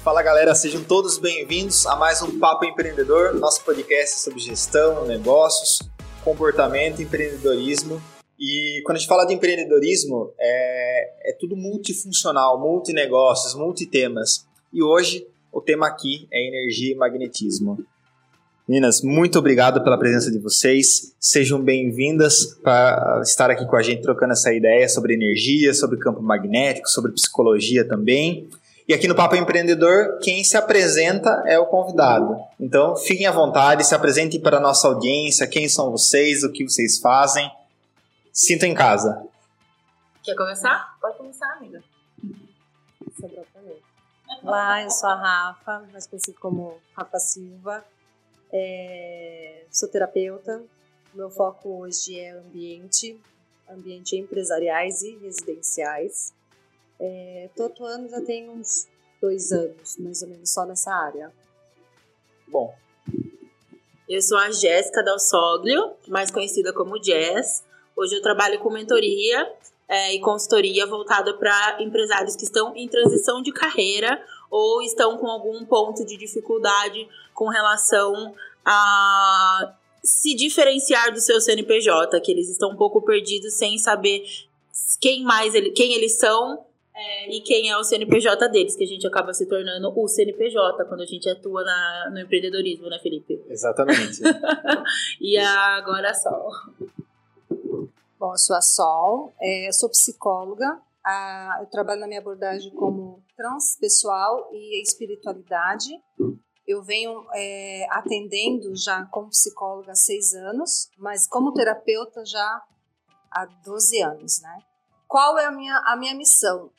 Fala galera, sejam todos bem-vindos a mais um Papo Empreendedor, nosso podcast sobre gestão, negócios, comportamento, empreendedorismo. E quando a gente fala de empreendedorismo, é tudo multifuncional, multinegócios, multitemas. E hoje o tema aqui é energia e magnetismo. Meninas, muito obrigado pela presença de vocês. Sejam bem-vindas para estar aqui com a gente trocando essa ideia sobre energia, sobre campo magnético, sobre psicologia também. E aqui no Papo Empreendedor, quem se apresenta é o convidado. Então, fiquem à vontade, se apresentem para a nossa audiência, quem são vocês, o que vocês fazem. Sintam em casa. Quer começar? Pode começar, amiga. Sobrou pra mim. Olá, eu sou a Rafa, mais conhecida como Rafa Silva. Sou terapeuta. Meu foco hoje é ambiente empresariais e residenciais. Estou atuando já tem uns 2 anos, mais ou menos, só nessa área. Bom. Eu sou a Jéssica Dalsoglio, mais conhecida como Jess. Hoje eu trabalho com mentoria e consultoria voltada para empresários que estão em transição de carreira ou estão com algum ponto de dificuldade com relação a se diferenciar do seu CNPJ, que eles estão um pouco perdidos sem saber quem eles são e quem é o CNPJ deles, que a gente acaba se tornando o CNPJ quando a gente atua no empreendedorismo, né, Felipe? Exatamente. E agora a Sol. Bom, eu sou a Sol, sou psicóloga, eu trabalho na minha abordagem como transpessoal e espiritualidade. Eu venho atendendo já como psicóloga há 6 anos, mas como terapeuta já há 12 anos, né? Qual é a minha missão?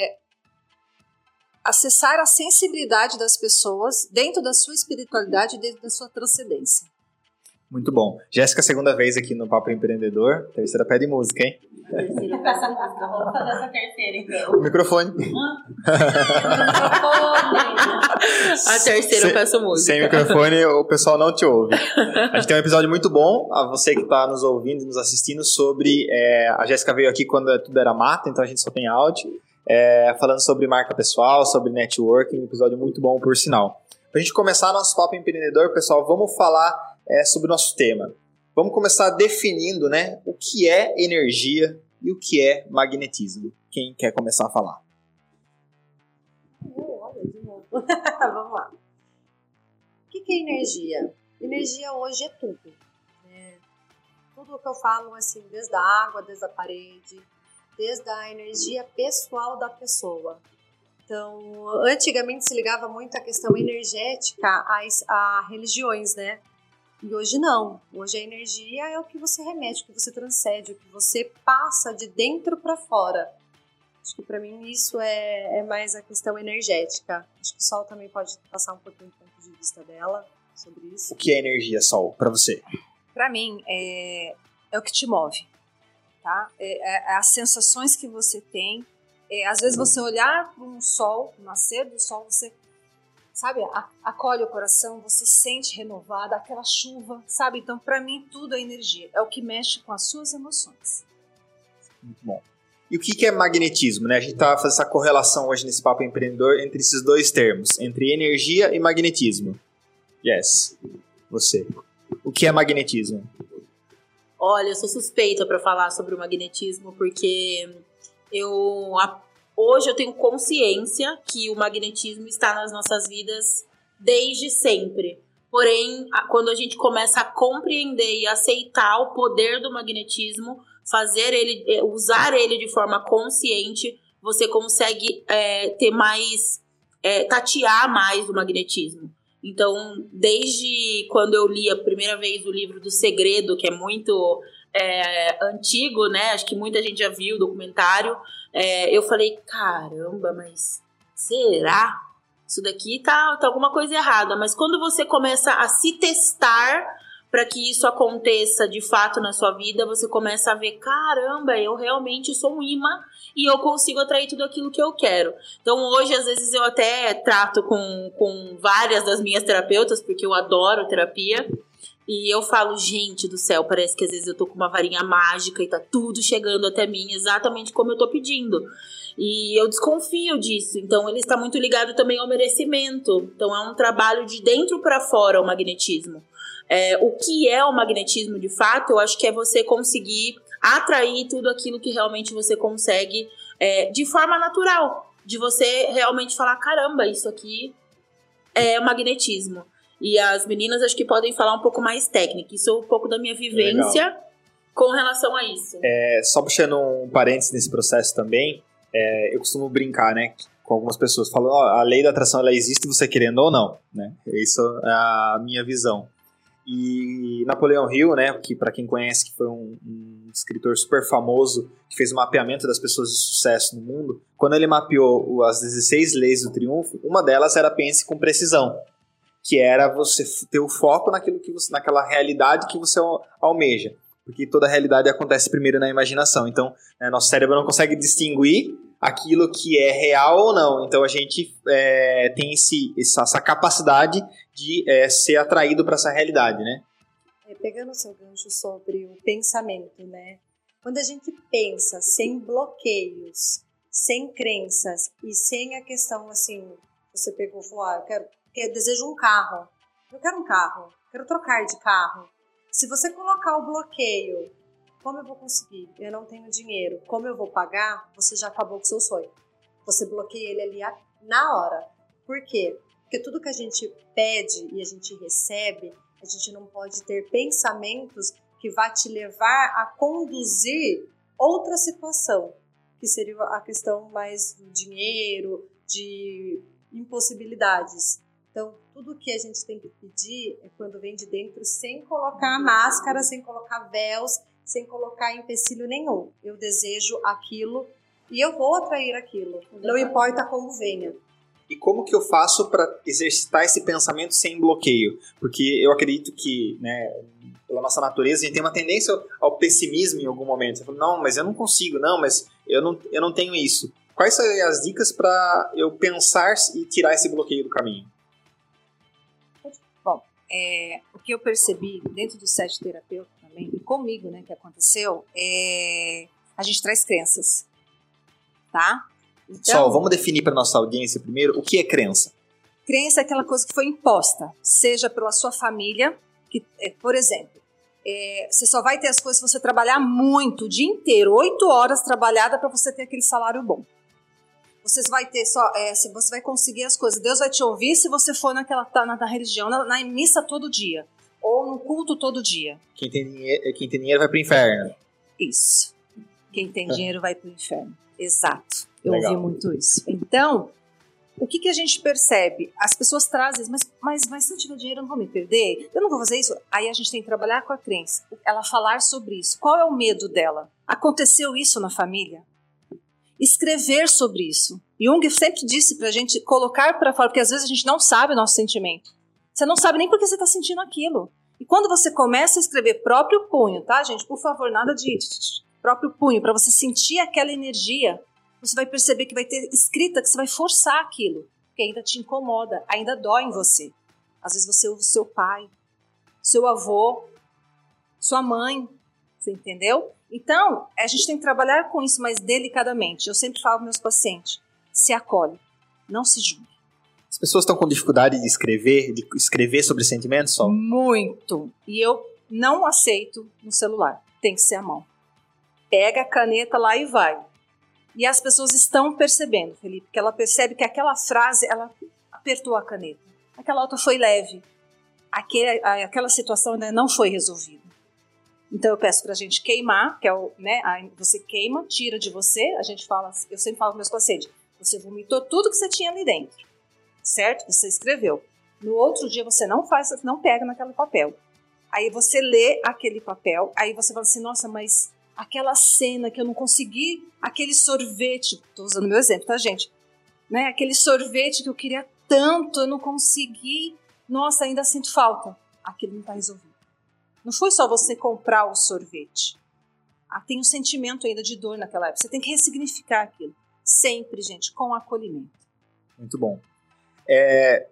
Acessar a sensibilidade das pessoas dentro da sua espiritualidade, dentro da sua transcendência. Muito bom. Jéssica, segunda vez aqui no Papo Empreendedor. Terceira pede música, hein? Terceira peça música. Vamos fazer essa terceira, então. O microfone. A terceira eu peço música. Sem microfone, o pessoal não te ouve. A gente tem um episódio muito bom, a você que está nos ouvindo e nos assistindo, sobre... a Jéssica veio aqui quando tudo era mato, então a gente só tem áudio. Falando sobre marca pessoal, sobre networking. Um episódio muito bom, por sinal. Para a gente começar nosso Papo Empreendedor, pessoal, vamos falar sobre o nosso tema. Vamos começar definindo, né, o que é energia e o que é magnetismo. Quem quer começar a falar? Olha, de novo. Vamos lá. O que é energia? Energia hoje é tudo. Tudo o que eu falo, assim, desde a água, desde a parede, desde a energia pessoal da pessoa. Então, antigamente se ligava muito a questão energética a religiões, né? E hoje não. Hoje a energia é o que você remete, o que você transcende, o que você passa de dentro para fora. Acho que para mim isso é mais a questão energética. Acho que o Sol também pode passar um pouquinho do ponto de vista dela sobre isso. O que é energia, Sol, para você? Para mim, é o que te move, tá? As sensações que você tem. Às vezes você olhar para um sol, o nascer do sol, você, sabe, acolhe o coração, você sente renovada, aquela chuva, sabe? Então, para mim, tudo é energia. É o que mexe com as suas emoções. Muito bom. E o que é magnetismo, né? A gente está fazendo essa correlação hoje nesse Papo Empreendedor entre esses dois termos, entre energia e magnetismo. Yes, você. O que é magnetismo? Olha, eu sou suspeita para falar sobre o magnetismo, porque hoje eu tenho consciência que o magnetismo está nas nossas vidas desde sempre. Porém, quando a gente começa a compreender e aceitar o poder do magnetismo, usar ele de forma consciente, você consegue ter mais, tatear mais do magnetismo. Então, desde quando eu li a primeira vez o livro do Segredo, que é muito antigo, né? Acho que muita gente já viu o documentário. Eu falei, caramba, mas será? Isso daqui tá alguma coisa errada. Mas quando você começa a se testar para que isso aconteça de fato na sua vida, você começa a ver, caramba, eu realmente sou um imã e eu consigo atrair tudo aquilo que eu quero. Então hoje, às vezes, eu até trato com várias das minhas terapeutas, porque eu adoro terapia, E eu falo, gente do céu, parece que às vezes eu tô com uma varinha mágica e tá tudo chegando até mim exatamente como eu tô pedindo. E eu desconfio disso. Então ele está muito ligado também ao merecimento. Então é um trabalho de dentro para fora o magnetismo. O que é o magnetismo de fato, eu acho que é você conseguir atrair tudo aquilo que realmente você consegue de forma natural. De você realmente falar, caramba, isso aqui é magnetismo. E as meninas acho que podem falar um pouco mais técnica. Isso é um pouco da minha vivência com relação a isso. Só puxando um parênteses nesse processo também, eu costumo brincar, né, com algumas pessoas. Falo, a lei da atração ela existe você querendo ou não, né? Isso é a minha visão. E Napoleão Hill, né, que para quem conhece, que foi um escritor super famoso, que fez o mapeamento das pessoas de sucesso no mundo, quando ele mapeou as 16 leis do triunfo, uma delas era pense com precisão, que era você ter o foco naquilo que você, naquela realidade que você almeja, porque toda a realidade acontece primeiro na imaginação. Então, nosso cérebro não consegue distinguir aquilo que é real ou não. Então, a gente tem essa capacidade de ser atraído para essa realidade, né? Pegando o seu gancho sobre o pensamento, né? Quando a gente pensa sem bloqueios, sem crenças e sem a questão assim, você pegou e falou, eu desejo um carro, eu quero um carro, quero trocar de carro. Se você colocar o bloqueio, como eu vou conseguir? Eu não tenho dinheiro, como eu vou pagar? Você já acabou com o seu sonho. Você bloqueia ele ali na hora. Por quê? Porque tudo que a gente pede e a gente recebe, a gente não pode ter pensamentos que vá te levar a conduzir outra situação, que seria a questão mais do dinheiro, de impossibilidades. Então, tudo que a gente tem que pedir é quando vem de dentro, sem colocar máscara, sem colocar véus, sem colocar empecilho nenhum. Eu desejo aquilo e eu vou atrair aquilo. Não importa como venha. E como que eu faço para exercitar esse pensamento sem bloqueio? Porque eu acredito que, né, pela nossa natureza, a gente tem uma tendência ao pessimismo em algum momento. Você fala, não, mas eu não consigo, não, mas eu não tenho isso. Quais são as dicas para eu pensar e tirar esse bloqueio do caminho? Bom, o que eu percebi dentro do set terapeuta também, e comigo, né, que aconteceu, a gente traz crenças, tá? Então, vamos definir para nossa audiência primeiro o que é crença. Crença é aquela coisa que foi imposta, seja pela sua família, que, por exemplo, você só vai ter as coisas se você trabalhar muito, o dia inteiro, 8 horas trabalhada para você ter aquele salário bom. Você vai ter se você vai conseguir as coisas, Deus vai te ouvir se você for na religião, na missa todo dia, ou no culto todo dia. Quem tem dinheiro vai para o inferno. Isso. Quem tem dinheiro vai para o inferno. Exato. Eu Legal. ouvi muito isso. Então, o que a gente percebe? As pessoas trazem, mas se eu tiver dinheiro eu não vou me perder? Eu não vou fazer isso? Aí a gente tem que trabalhar com a crença. Ela falar sobre isso. Qual é o medo dela? Aconteceu isso na família? Escrever sobre isso. Jung sempre disse pra gente colocar pra fora, porque às vezes a gente não sabe o nosso sentimento. Você não sabe nem por que você tá sentindo aquilo. E quando você começa a escrever próprio punho, tá, gente? Por favor, nada de próprio punho, pra você sentir aquela energia, você vai perceber que vai ter escrita que você vai forçar aquilo, que ainda te incomoda, ainda dói em você. Às vezes você ouve o seu pai, seu avô, sua mãe, você entendeu? Então, a gente tem que trabalhar com isso mais delicadamente. Eu sempre falo para meus pacientes, se acolhe, não se julgue. As pessoas estão com dificuldade de escrever sobre sentimentos, Sol? Muito. E eu não aceito no celular, tem que ser a mão. Pega a caneta lá e vai. E as pessoas estão percebendo, Felipe, que ela percebe que aquela frase, ela apertou a caneta. Aquela outra foi leve. Aquela situação ainda não foi resolvida. Então eu peço pra gente queimar, que é você queima, tira de você, eu sempre falo com meus pacientes, você vomitou tudo que você tinha ali dentro, certo? Você escreveu. No outro dia você não pega naquele papel. Aí você lê aquele papel, aí você fala assim, nossa, mas aquela cena que eu não consegui, aquele sorvete, tô usando meu exemplo, tá, gente? Né? Aquele sorvete que eu queria tanto, eu não consegui, nossa, ainda sinto falta. Aquilo não tá resolvido. Não foi só você comprar o sorvete. Tem um sentimento ainda de dor naquela época. Você tem que ressignificar aquilo. Sempre, gente, com acolhimento. Muito bom.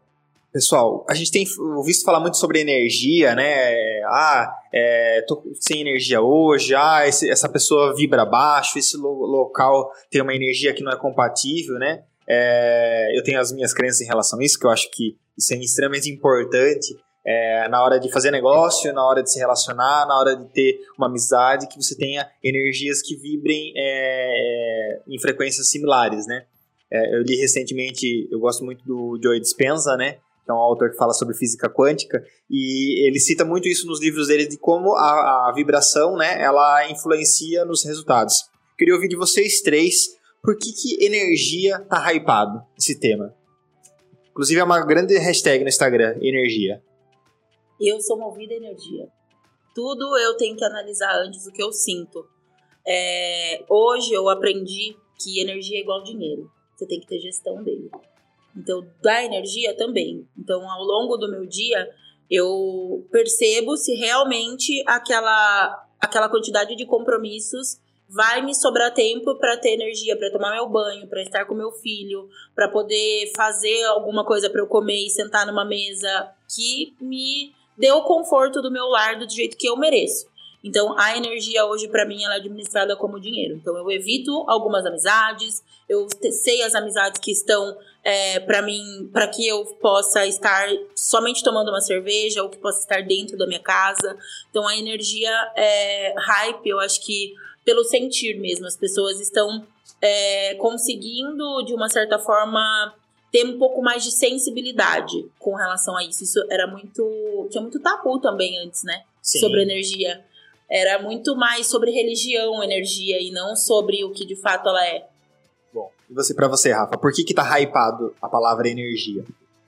Pessoal, a gente tem ouvido falar muito sobre energia, né? Tô sem energia hoje, essa pessoa vibra baixo, esse local tem uma energia que não é compatível, né? Eu tenho as minhas crenças em relação a isso, que eu acho que isso é extremamente importante na hora de fazer negócio, na hora de se relacionar, na hora de ter uma amizade, que você tenha energias que vibrem em frequências similares, né? Eu li recentemente, eu gosto muito do Joe Dispenza, né? Que é um autor que fala sobre física quântica, e ele cita muito isso nos livros dele, de como a vibração, né, ela influencia nos resultados. Queria ouvir de vocês três, por que energia tá hypado, esse tema? Inclusive é uma grande hashtag no Instagram, energia. Eu sou movida a energia. Tudo eu tenho que analisar antes do que eu sinto. Hoje eu aprendi que energia é igual dinheiro. Você tem que ter gestão dele. Então, da energia também. Então, ao longo do meu dia, eu percebo se realmente aquela quantidade de compromissos vai me sobrar tempo para ter energia, para tomar meu banho, para estar com meu filho, para poder fazer alguma coisa para eu comer e sentar numa mesa que me dê o conforto do meu lar do jeito que eu mereço. Então, a energia hoje, para mim, ela é administrada como dinheiro. Então, eu evito algumas amizades, eu sei as amizades que estão para mim, para que eu possa estar somente tomando uma cerveja ou que possa estar dentro da minha casa. Então, a energia hype, eu acho que pelo sentir mesmo, as pessoas estão conseguindo, de uma certa forma, ter um pouco mais de sensibilidade com relação a isso. Isso tinha muito tabu também antes, né? Sim. Sobre energia. Era muito mais sobre religião, energia, e não sobre o que de fato ela é. Bom, e pra você, Rafa, por que tá hypado a palavra energia?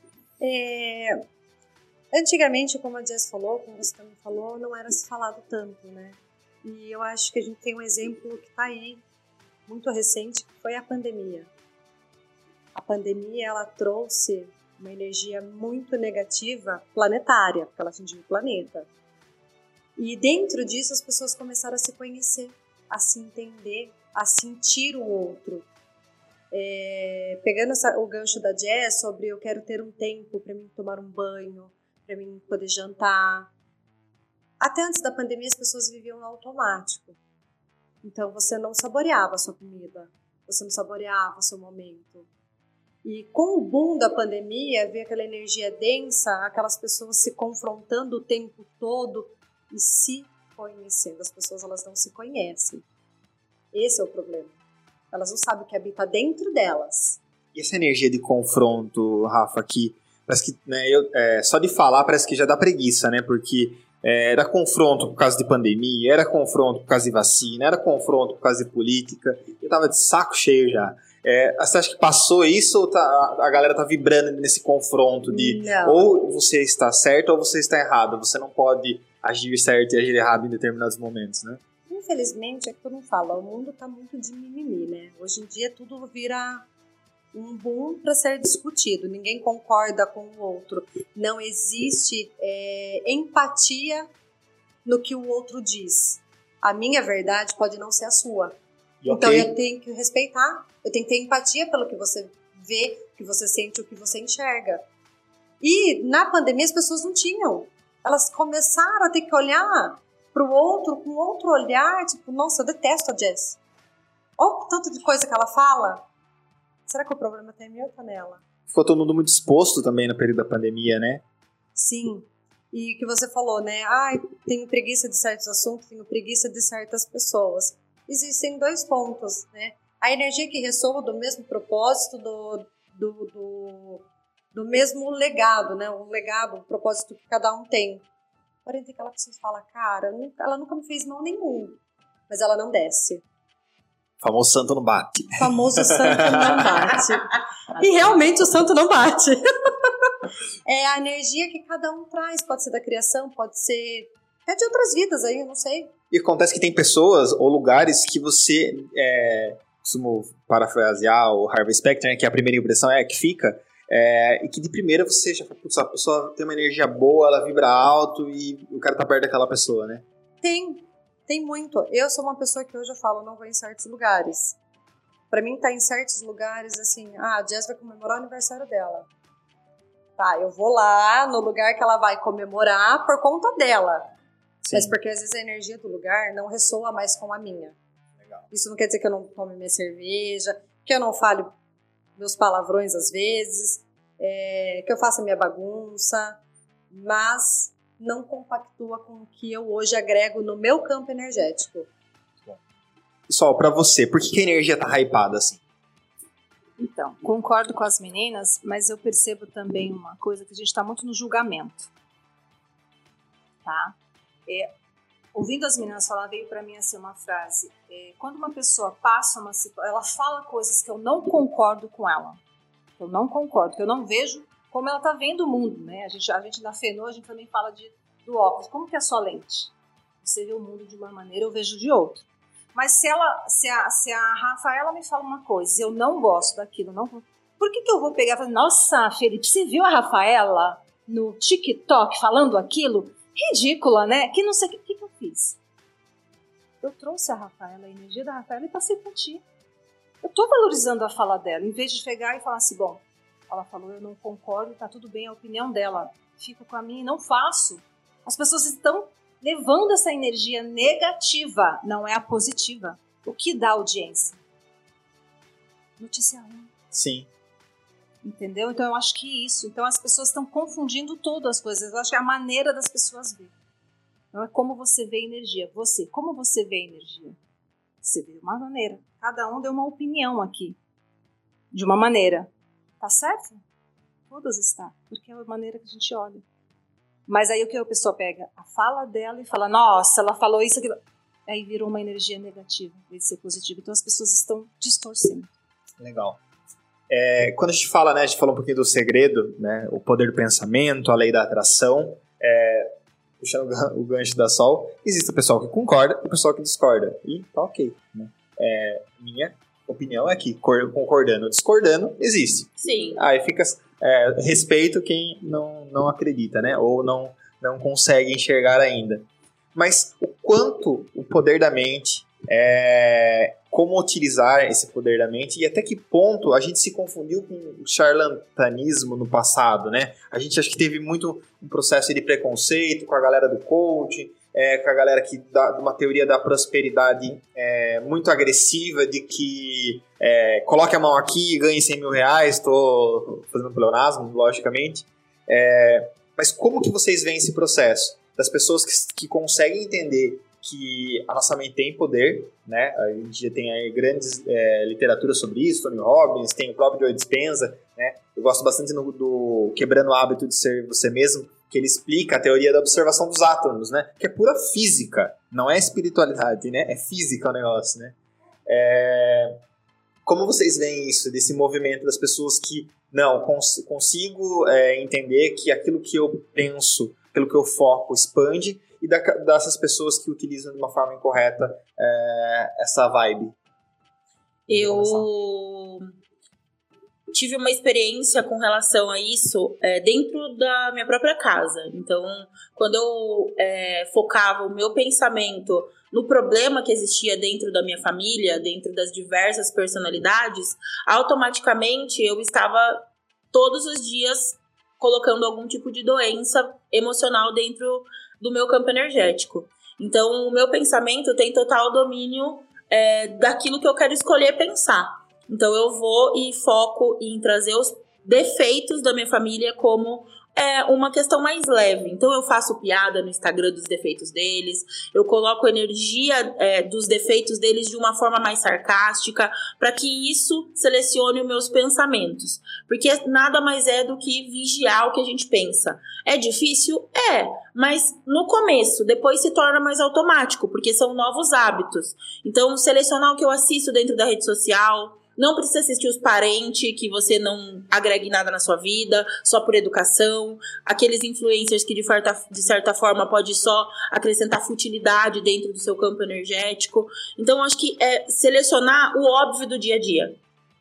Antigamente, como a Jess falou, como você também falou, não era se falado tanto, né? E eu acho que a gente tem um exemplo que tá aí, muito recente, que foi a pandemia. A pandemia, ela trouxe uma energia muito negativa planetária, porque ela atingiu o planeta. E dentro disso as pessoas começaram a se conhecer, a se entender, a sentir o outro. Pegando o gancho da Jess sobre eu quero ter um tempo para mim tomar um banho, para mim poder jantar. Até antes da pandemia as pessoas viviam no automático. Então você não saboreava a sua comida, você não saboreava o seu momento. E com o boom da pandemia, veio aquela energia densa, aquelas pessoas se confrontando o tempo todo e se conhecendo. As pessoas, elas não se conhecem. Esse é o problema. Elas não sabem o que habita dentro delas. E essa energia de confronto, Rafa, que parece que, né, só de falar parece que já dá preguiça, né? Porque era confronto por causa de pandemia, era confronto por causa de vacina, era confronto por causa de política. Eu tava de saco cheio já. Você acha que passou isso ou a galera tá vibrando nesse confronto de não, ou você está certo ou você está errado? Você não pode agir certo e agir errado em determinados momentos, né? Infelizmente, é que todo mundo fala, o mundo tá muito de mimimi, né? Hoje em dia tudo vira um boom para ser discutido. Ninguém concorda com o outro. Não existe empatia no que o outro diz. A minha verdade pode não ser a sua. Então eu tenho que respeitar. Eu tenho que ter empatia pelo que você vê, o que você sente, o que você enxerga. E na pandemia as pessoas não tinham. Elas começaram a ter que olhar pro outro com outro olhar, tipo, nossa, eu detesto a Jess. Olha o tanto de coisa que ela fala. Será que o problema tá em mim ou tá nela? Ficou todo mundo muito exposto também no período da pandemia, né? Sim. E que você falou, né? Tenho preguiça de certos assuntos, tenho preguiça de certas pessoas. Existem dois pontos, né? A energia que ressoa do mesmo propósito, do mesmo legado, né? O legado, o propósito que cada um tem. Porém, tem aquela pessoa que fala, cara, ela nunca me fez mal nenhum, mas ela não desce. O famoso santo não bate. O famoso santo não bate. E realmente o santo não bate. É a energia que cada um traz, pode ser da criação, pode ser até de outras vidas aí, eu não sei. E acontece que tem pessoas ou lugares que você, costumo parafrasear o Harvey Specter, né, que a primeira impressão é a que fica, e que de primeira você já fala, putz, a pessoa tem uma energia boa, ela vibra alto e o cara tá perto daquela pessoa, né? Tem muito. Eu sou uma pessoa que hoje eu falo, não vou em certos lugares. Pra mim, tá em certos lugares, assim, a Jess vai comemorar o aniversário dela. Tá, eu vou lá no lugar que ela vai comemorar por conta dela. Sim. Mas porque às vezes a energia do lugar não ressoa mais com a minha. Legal. Isso não quer dizer que eu não tome minha cerveja, que eu não fale meus palavrões às vezes, que eu faça minha bagunça, mas não compactua com o que eu hoje agrego no meu campo energético. Pessoal, pra você, por que a energia tá hypada assim? Então, concordo com as meninas, mas eu percebo também uma coisa, que a gente está muito no julgamento. Tá? Ouvindo as meninas falar, veio para mim assim uma frase. Quando uma pessoa passa uma situação, ela fala coisas que eu não concordo com ela. Eu não concordo, que eu não vejo como ela está vendo o mundo, né? A gente na Fenô, a gente também fala do óculos. Como que é a sua lente? Você vê o mundo de uma maneira, eu vejo de outra. Mas se a Rafaela me fala uma coisa e eu não gosto daquilo, por que eu vou pegar e falar, nossa, Felipe, você viu a Rafaela no TikTok falando aquilo? Ridícula, né? Que não sei o que eu fiz. Eu trouxe a Rafaela, a energia da Rafaela, e passei por ti. Eu tô valorizando a fala dela, em vez de pegar e falar assim, bom, ela falou, eu não concordo, tá tudo bem, é a opinião dela. Fico com a minha e não faço. As pessoas estão levando essa energia negativa, não é a positiva. O que dá audiência? Notícia ruim. Sim. Entendeu? Então eu acho que isso. Então as pessoas estão confundindo todas as coisas. Eu acho que é a maneira das pessoas ver. Não é como você vê a energia. Como você vê a energia? Você vê de uma maneira. Cada um deu uma opinião aqui. De uma maneira. Tá certo? Todas estão. Porque é a maneira que a gente olha. Mas aí o que a pessoa pega? A fala dela e fala, nossa, ela falou isso, aquilo. Aí virou uma energia negativa, em vez de ser positiva. Então as pessoas estão distorcendo. Legal. Quando a gente fala, né, a gente falou um pouquinho do segredo, né, o poder do pensamento, a lei da atração, puxando o gancho da Sol, existe o pessoal que concorda e o pessoal que discorda. E tá ok. Né? Minha opinião é que concordando ou discordando, existe. Sim. Aí fica... respeito quem não acredita, né? Ou não consegue enxergar ainda. Mas o quanto o poder da mente, como utilizar esse poder da mente e até que ponto a gente se confundiu com o charlatanismo no passado, né? A gente acho que teve muito um processo de preconceito com a galera do coaching, com a galera que dá uma teoria da prosperidade muito agressiva, de que coloque a mão aqui e ganhe 100 mil reais, estou fazendo pleonasmo, logicamente. Mas como que vocês veem esse processo? Das pessoas que conseguem entender que a nossa mente tem poder, né? A gente já tem aí grandes literaturas sobre isso, Tony Robbins, tem o próprio Joe Dispenza, né? Eu gosto bastante do Quebrando o Hábito de Ser Você Mesmo, que ele explica a teoria da observação dos átomos, né? Que é pura física, não é espiritualidade, né? É física o negócio, né? Como vocês veem isso, desse movimento das pessoas que, não, consigo entender que aquilo que eu penso, aquilo que eu foco expande, e dessas pessoas que utilizam de uma forma incorreta essa vibe? Eu tive uma experiência com relação a isso dentro da minha própria casa. Então, quando eu focava o meu pensamento no problema que existia dentro da minha família, dentro das diversas personalidades, automaticamente eu estava todos os dias colocando algum tipo de doença emocional dentro do meu campo energético. Então, o meu pensamento tem total domínio daquilo que eu quero escolher pensar. Então, eu vou e foco em trazer os defeitos da minha família como uma questão mais leve. Então, eu faço piada no Instagram dos defeitos deles, eu coloco energia dos defeitos deles de uma forma mais sarcástica, para que isso selecione os meus pensamentos. Porque nada mais é do que vigiar o que a gente pensa. É difícil? Mas no começo, depois se torna mais automático, porque são novos hábitos. Então, selecionar o que eu assisto dentro da rede social. Não precisa assistir os parentes que você não agregue nada na sua vida, só por educação. Aqueles influencers que de certa forma pode só acrescentar futilidade dentro do seu campo energético. Então, acho que selecionar o óbvio do dia a dia.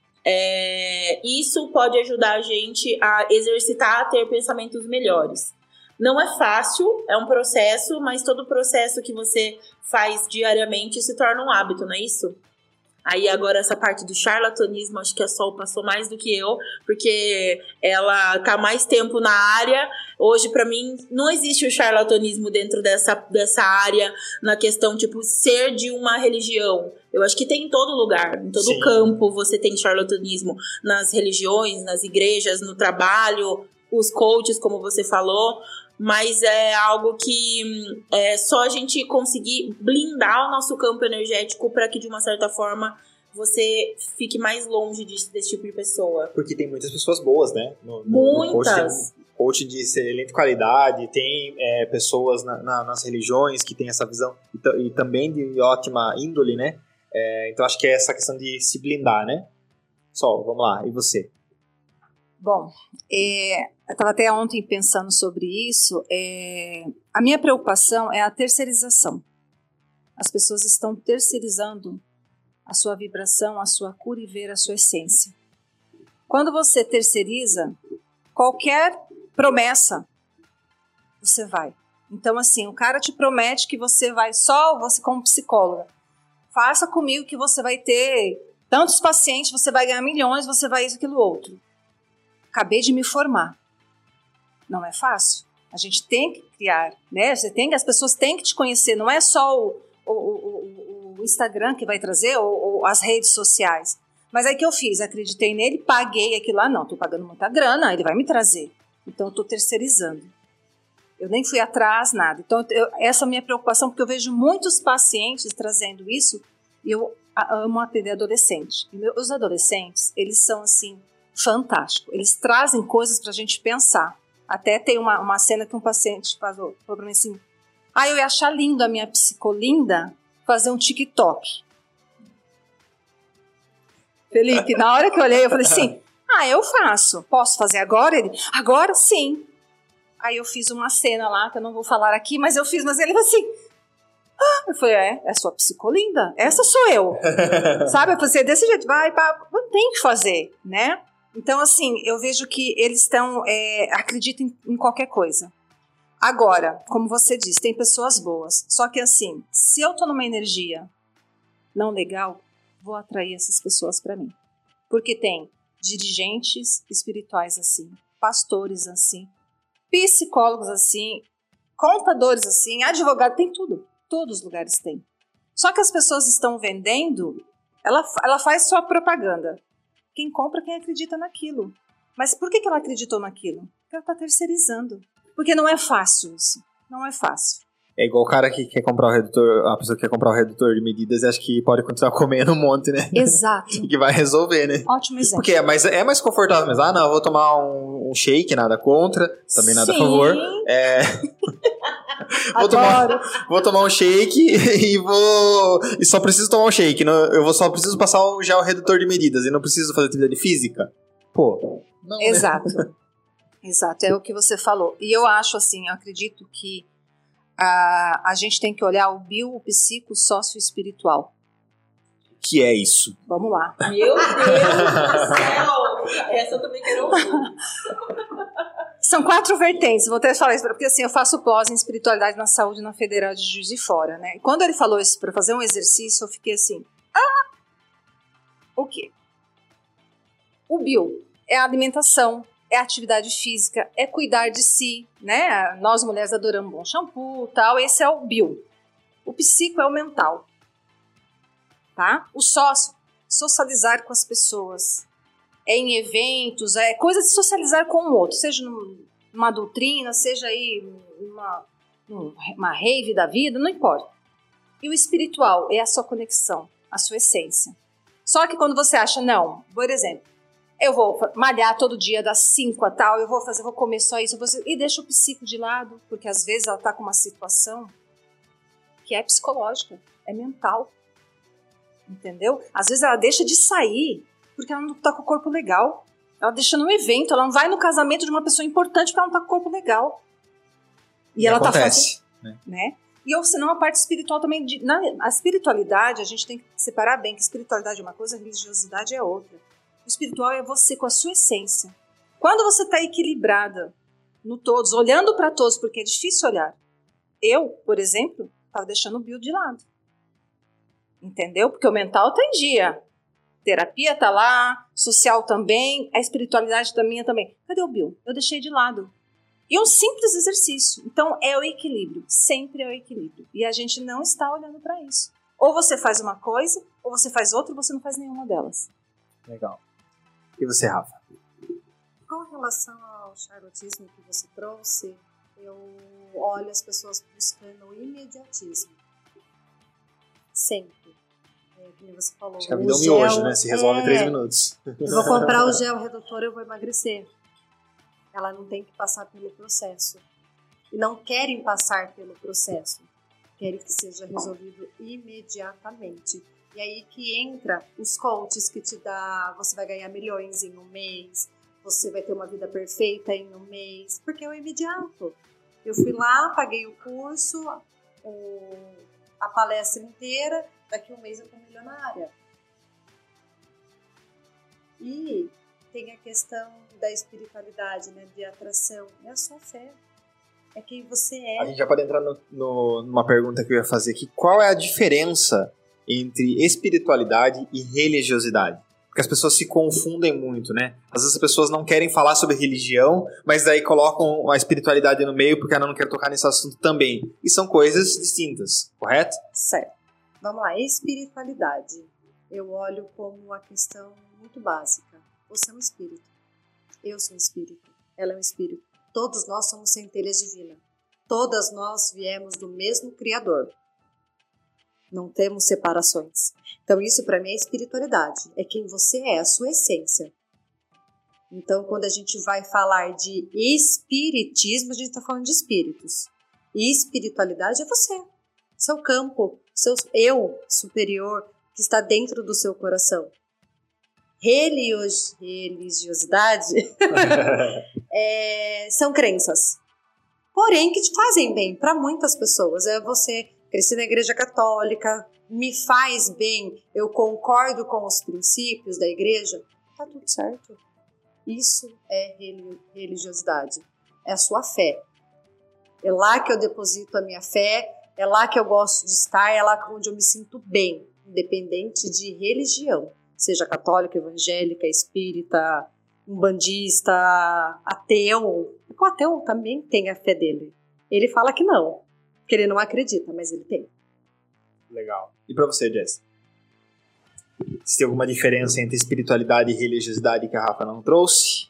Isso pode ajudar a gente a exercitar, a ter pensamentos melhores. Não é fácil, é um processo, mas todo processo que você faz diariamente se torna um hábito, não é isso? Aí agora essa parte do charlatanismo, acho que a Sol passou mais do que eu, porque ela tá mais tempo na área. Hoje, pra mim, não existe o charlatanismo dentro dessa área, na questão, tipo, ser de uma religião. Eu acho que tem em todo lugar, em todo campo você tem charlatanismo, nas religiões, nas igrejas, no trabalho, os coaches, como você falou. Mas é algo que é só a gente conseguir blindar o nosso campo energético para que, de uma certa forma, você fique mais longe desse tipo de pessoa. Porque tem muitas pessoas boas, né? Muitas! No coach de excelente qualidade, tem pessoas nas religiões que têm essa visão e também de ótima índole, né? Então acho que é essa questão de se blindar, né? Sol, vamos lá, e você? Bom, eu estava até ontem pensando sobre isso. A minha preocupação é a terceirização. As pessoas estão terceirizando a sua vibração, a sua cura e ver a sua essência. Quando você terceiriza, qualquer promessa, você vai. Então, assim, o cara te promete que você vai só, você como psicóloga, faça comigo que você vai ter tantos pacientes, você vai ganhar milhões, você vai isso, aquilo, outro. Acabei de me formar. Não é fácil. A gente tem que criar, né? As pessoas têm que te conhecer. Não é só o Instagram que vai trazer ou as redes sociais. Mas aí que eu fiz? Acreditei nele, paguei aquilo lá. Não, estou pagando muita grana, ele vai me trazer. Então eu estou terceirizando. Eu nem fui atrás, nada. Então essa é a minha preocupação, porque eu vejo muitos pacientes trazendo isso e eu amo atender adolescente. E os adolescentes, eles são assim, fantástico. Eles trazem coisas pra gente pensar. Até tem uma cena que um paciente falou pra mim assim: eu ia achar lindo a minha psicolinda fazer um TikTok. Felipe, na hora que eu olhei, eu falei assim: eu faço. Posso fazer agora? Ele: agora sim. Aí eu fiz uma cena lá, que eu não vou falar aqui, mas eu fiz, mas ele falou assim: eu falei, é sua psicolinda? Essa sou eu. Sabe? Eu falei, desse jeito, não tem que fazer, né? Então, assim, eu vejo que eles acreditam em qualquer coisa. Agora, como você disse, tem pessoas boas. Só que, assim, se eu tô numa energia não legal, vou atrair essas pessoas para mim. Porque tem dirigentes espirituais assim, pastores assim, psicólogos assim, contadores assim, advogados, tem tudo. Todos os lugares tem. Só que as pessoas estão vendendo, ela faz sua propaganda. Quem compra, quem acredita naquilo. Mas por que ela acreditou naquilo? Porque ela está terceirizando. Porque não é fácil isso. Não é fácil. É igual o cara que quer comprar o redutor, a pessoa que quer comprar o redutor de medidas e acha que pode continuar comendo um monte, né? Exato. E que vai resolver, né? Ótimo exemplo. Porque é mais confortável mesmo. Não, eu vou tomar um shake, nada contra, também nada a favor. Vou tomar um shake e só preciso tomar um shake. Só preciso passar já o redutor de medidas e não preciso fazer atividade física. Pô, não. Exato. Né? Exato, é o que você falou. E eu acho assim, eu acredito que a gente tem que olhar o bio, o psico, o sócio espiritual. Que é isso? Vamos lá. Meu Deus do céu! Essa eu também quero ouvir. São 4 vertentes, vou até falar isso, porque assim, eu faço pós em espiritualidade na saúde na Federal de Juiz de Fora, né? E quando ele falou isso para fazer um exercício, eu fiquei assim, o quê? O bio é a alimentação, é a atividade física, é cuidar de si, né? Nós mulheres adoramos bom shampoo, tal, esse é o bio. O psico é o mental, tá? O sócio, socializar com as pessoas. É em eventos, é coisa de socializar com o outro, seja numa doutrina, seja aí uma rave da vida, não importa. E o espiritual é a sua conexão, a sua essência. Só que quando você acha, não, por exemplo, eu vou malhar todo dia das 5 a tal, eu vou comer só isso, e deixa o psico de lado, porque às vezes ela está com uma situação que é psicológica, é mental, entendeu? Às vezes ela deixa de sair porque ela não está com o corpo legal. Ela deixa no evento, ela não vai no casamento de uma pessoa importante porque ela não está com o corpo legal. E ela acontece, tá fazendo, né? E senão a parte espiritual também, a espiritualidade, a gente tem que separar bem, que espiritualidade é uma coisa, a religiosidade é outra. O espiritual é você com a sua essência. Quando você está equilibrada no todos, olhando para todos, porque é difícil olhar. Eu, por exemplo, estava deixando o bio de lado. entendeu? Porque o mental tá em dia. Terapia tá lá, social também, a espiritualidade da minha também. Cadê o Bill? Eu deixei de lado. E é um simples exercício. Então, é o equilíbrio. Sempre é o equilíbrio. E a gente não está olhando para isso. Ou você faz uma coisa, ou você faz outra, ou você não faz nenhuma delas. Legal. E você, Rafa? Com relação ao charlotismo que você trouxe, eu olho as pessoas buscando o imediatismo. Sempre. Que nem você falou. Acho que a vida é um miojo, né? Se resolve em 3 minutos. Eu vou comprar o gel redutor, eu vou emagrecer. Ela não tem que passar pelo processo. E não querem passar pelo processo. Querem que seja resolvido imediatamente. E aí que entra os coaches que te dá, você vai ganhar milhões em um mês, você vai ter uma vida perfeita em um mês, porque é o imediato. Eu fui lá, paguei o curso, a palestra inteira, daqui a um mês eu tô milionária. E tem a questão da espiritualidade, né, de atração, é a sua fé, é quem você é. A gente já pode entrar numa pergunta que eu ia fazer aqui. Qual é a diferença entre espiritualidade e religiosidade? Porque as pessoas se confundem muito, né? Às vezes as pessoas não querem falar sobre religião, mas daí colocam a espiritualidade no meio porque ela não quer tocar nesse assunto também. E são coisas distintas, correto? Certo. Vamos lá, espiritualidade. Eu olho como uma questão muito básica. Você é um espírito. Eu sou um espírito. Ela é um espírito. Todos nós somos centelhas divinas. Todas nós viemos do mesmo Criador. Não temos separações. Então isso para mim é espiritualidade. É quem você é, a sua essência. Então quando a gente vai falar de espiritismo, a gente está falando de espíritos. E espiritualidade é você. Seu campo, seu eu superior que está dentro do seu coração. Religiosidade são crenças. Porém que te fazem bem para muitas pessoas. É você cresci na igreja católica, me faz bem, eu concordo com os princípios da igreja, tá tudo certo. Isso é religiosidade, é a sua fé. É lá que eu deposito a minha fé, é lá que eu gosto de estar, é lá onde eu me sinto bem, independente de religião, seja católica, evangélica, espírita, umbandista, ateu. O ateu também tem a fé dele. Ele fala que não. Que ele não acredita, mas ele tem. Legal. E pra você, Jess? Se tem alguma diferença entre espiritualidade e religiosidade que a Rafa não trouxe?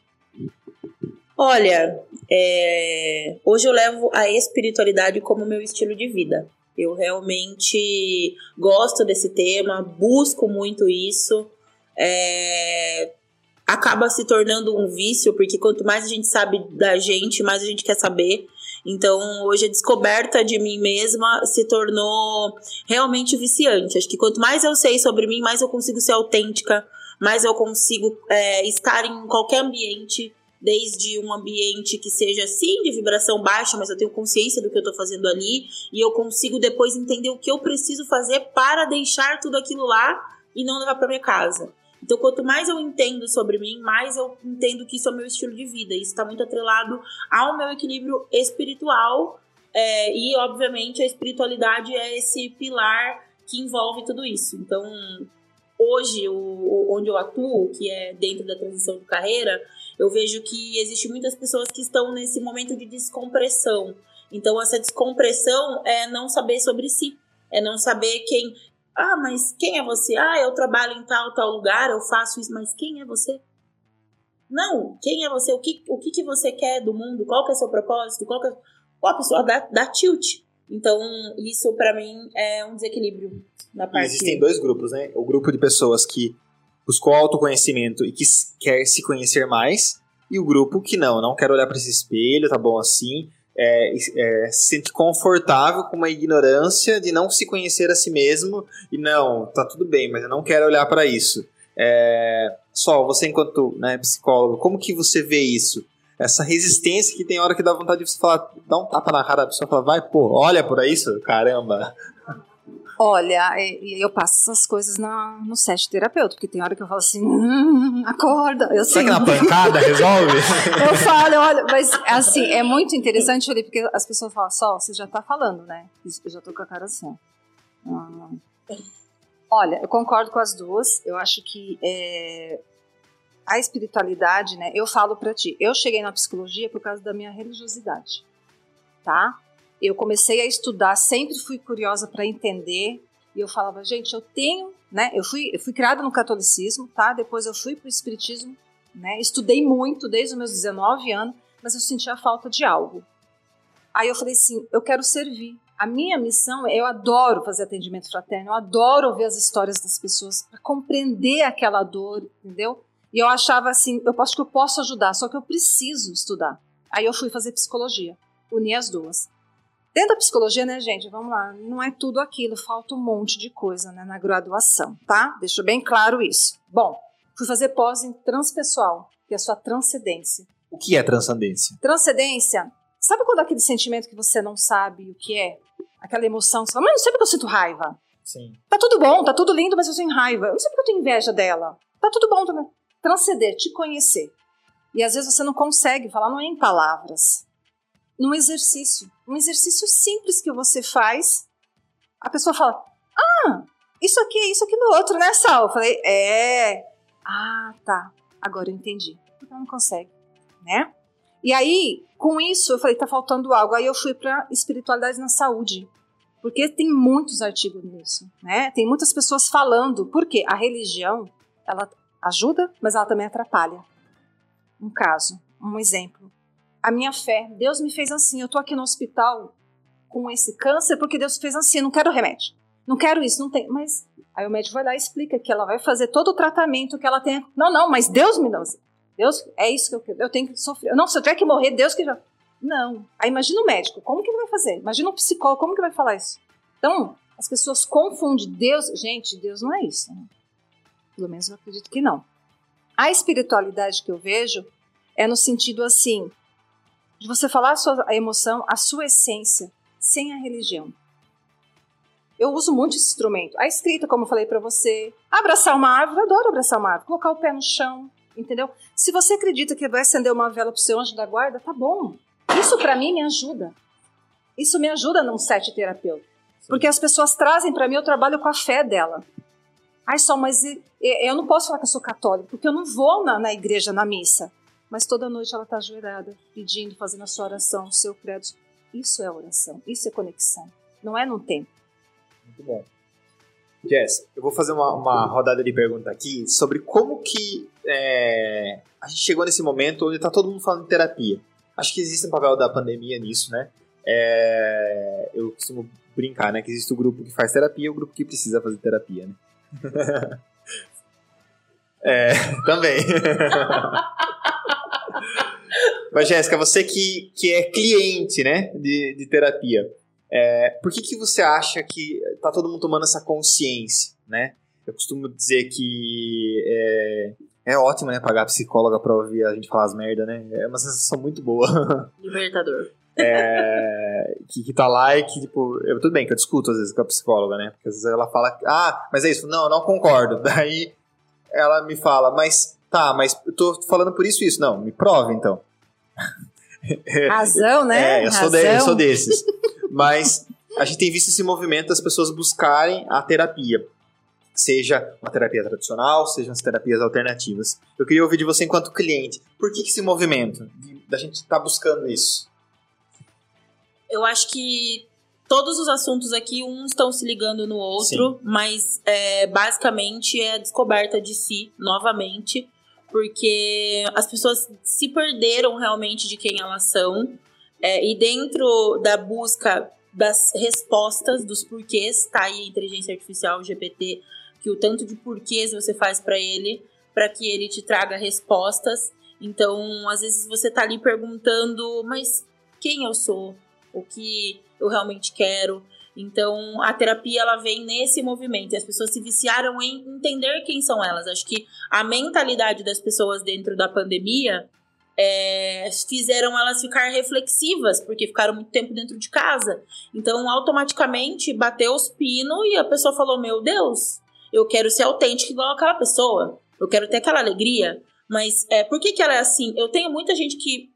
Olha, hoje eu levo a espiritualidade como meu estilo de vida. Eu realmente gosto desse tema, busco muito isso. Acaba se tornando um vício, porque quanto mais a gente sabe da gente, mais a gente quer saber. Então, hoje a descoberta de mim mesma se tornou realmente viciante. Acho que quanto mais eu sei sobre mim, mais eu consigo ser autêntica, mais eu consigo estar em qualquer ambiente, desde um ambiente que seja, sim, de vibração baixa, mas eu tenho consciência do que eu estou fazendo ali, e eu consigo depois entender o que eu preciso fazer para deixar tudo aquilo lá e não levar para minha casa. Então, quanto mais eu entendo sobre mim, mais eu entendo que isso é o meu estilo de vida. Isso está muito atrelado ao meu equilíbrio espiritual. E, obviamente, a espiritualidade é esse pilar que envolve tudo isso. Então, hoje, onde eu atuo, que é dentro da transição de carreira, eu vejo que existem muitas pessoas que estão nesse momento de descompressão. Então, essa descompressão é não saber sobre si. É não saber quem... Ah, mas quem é você? Ah, eu trabalho em tal lugar, eu faço isso, mas quem é você? Não, quem é você? O que você quer do mundo? Qual que é o seu propósito? Qual a pessoa dá tilt. Então, isso pra mim é um desequilíbrio na parte... Existem 2 grupos, né? O grupo de pessoas que buscou autoconhecimento e que quer se conhecer mais, e o grupo que não quer olhar para esse espelho, tá bom assim... se sente confortável com uma ignorância de não se conhecer a si mesmo e não, tá tudo bem, mas eu não quero olhar para isso. Só você enquanto psicólogo, como que você vê isso? Essa resistência que tem hora que dá vontade de você falar, dá um tapa na cara da pessoa e falar, vai, pô, olha por isso, caramba. Olha, eu passo essas coisas no set terapeuta, porque tem hora que eu falo assim, acorda. Será que na pancada resolve? Eu falo, olha, mas assim, é muito interessante, porque as pessoas falam, você já tá falando, né? Eu já tô com a cara assim. Olha, eu concordo com as duas. Eu acho que a espiritualidade, né? Eu falo pra ti, eu cheguei na psicologia por causa da minha religiosidade, tá? Eu comecei a estudar, sempre fui curiosa para entender, e eu falava, gente, eu tenho, né? Eu fui criada no catolicismo, tá? Depois eu fui pro espiritismo, né? Estudei muito desde os meus 19 anos, mas eu sentia falta de algo. Aí eu falei assim, eu quero servir. A minha missão, eu adoro fazer atendimento fraterno, eu adoro ouvir as histórias das pessoas, para compreender aquela dor, entendeu? E eu achava assim, eu acho que eu posso ajudar, só que eu preciso estudar. Aí eu fui fazer psicologia, uni as duas. Dentro da psicologia, né, gente, vamos lá, não é tudo aquilo, falta um monte de coisa, né, na graduação, tá? Deixa bem claro isso. Bom, fui fazer pós em transpessoal, que é a sua transcendência. O que é transcendência? Transcendência, sabe quando aquele sentimento que você não sabe o que é? Aquela emoção, você fala, mas não sei porque eu sinto raiva. Sim. Tá tudo bom, tá tudo lindo, mas eu sinto raiva. Eu não sei porque eu tenho inveja dela. Tá tudo bom também. Transcender, te conhecer. E às vezes você não consegue falar, não é em palavras. Num exercício. Um exercício simples que você faz, a pessoa fala, isso aqui no outro, né, Sal? Eu falei, tá, agora eu entendi. Então não consegue, né? E aí, com isso, eu falei, tá faltando algo. Aí eu fui pra espiritualidade na saúde. Porque tem muitos artigos nisso, né? Tem muitas pessoas falando. Por quê? A religião, ela ajuda, mas ela também atrapalha. Um caso, um exemplo. A minha fé, Deus me fez assim, eu tô aqui no hospital com esse câncer porque Deus fez assim, não quero remédio, não quero isso, não tem, mas aí o médico vai lá e explica que ela vai fazer todo o tratamento que ela tem, não, mas Deus me dá, Deus, é isso que eu tenho que sofrer, não, se eu tiver que morrer, Deus que já, não, aí imagina o médico, como que ele vai fazer, imagina o psicólogo, como que vai falar isso, então, as pessoas confundem Deus, gente, Deus não é isso, né? Pelo menos eu acredito que não. A espiritualidade que eu vejo é no sentido assim, de você falar a emoção, a sua essência, sem a religião. Eu uso muito esse instrumento. A escrita, como eu falei pra você, abraçar uma árvore, eu adoro abraçar uma árvore, colocar o pé no chão, entendeu? Se você acredita que vai acender uma vela pro seu anjo da guarda, tá bom. Isso pra mim me ajuda. Isso me ajuda num set terapêutico. Porque as pessoas trazem pra mim, eu trabalho com a fé dela. Ai, Sol, mas eu não posso falar que eu sou católica, porque eu não vou na igreja, na missa. Mas toda noite ela está ajoelhada, pedindo, fazendo a sua oração, o seu credo. Isso é oração, isso é conexão. Não é num tempo. Muito bom. Jess, eu vou fazer uma rodada de pergunta aqui sobre como que a gente chegou nesse momento onde está todo mundo falando de terapia. Acho que existe um papel da pandemia nisso, né? Eu costumo brincar, né? Que existe o grupo que faz terapia e o grupo que precisa fazer terapia, né? Também. Mas, Jéssica, você que é cliente, né, de terapia, por que você acha que tá todo mundo tomando essa consciência, né? Eu costumo dizer que é ótimo, né, pagar psicóloga pra ouvir a gente falar as merda, né? É uma sensação muito boa. Libertador. Que tá lá e que, tipo, tudo bem que eu discuto às vezes com a psicóloga, né? Porque às vezes ela fala, mas é isso, não concordo. Daí ela me fala, mas eu tô falando por isso. Não, me prove então. Razão, né? Eu sou desses. Mas a gente tem visto esse movimento das pessoas buscarem a terapia. Seja uma terapia tradicional, seja as terapias alternativas. Eu queria ouvir de você enquanto cliente. Por que esse movimento da gente estar buscando isso? Eu acho que todos os assuntos aqui, uns estão se ligando no outro, sim, mas basicamente é a descoberta de si, novamente, porque as pessoas se perderam realmente de quem elas são, e dentro da busca das respostas, dos porquês, tá aí a inteligência artificial, o GPT, que o tanto de porquês você faz para que ele te traga respostas. Então, às vezes você tá ali perguntando, mas quem eu sou? O que eu realmente quero? Então, a terapia, ela vem nesse movimento. E as pessoas se viciaram em entender quem são elas. Acho que a mentalidade das pessoas dentro da pandemia fizeram elas ficar reflexivas, porque ficaram muito tempo dentro de casa. Então, automaticamente, bateu os pinos e a pessoa falou, meu Deus, eu quero ser autêntica igual aquela pessoa. Eu quero ter aquela alegria. Mas por que ela é assim? Eu tenho muita gente que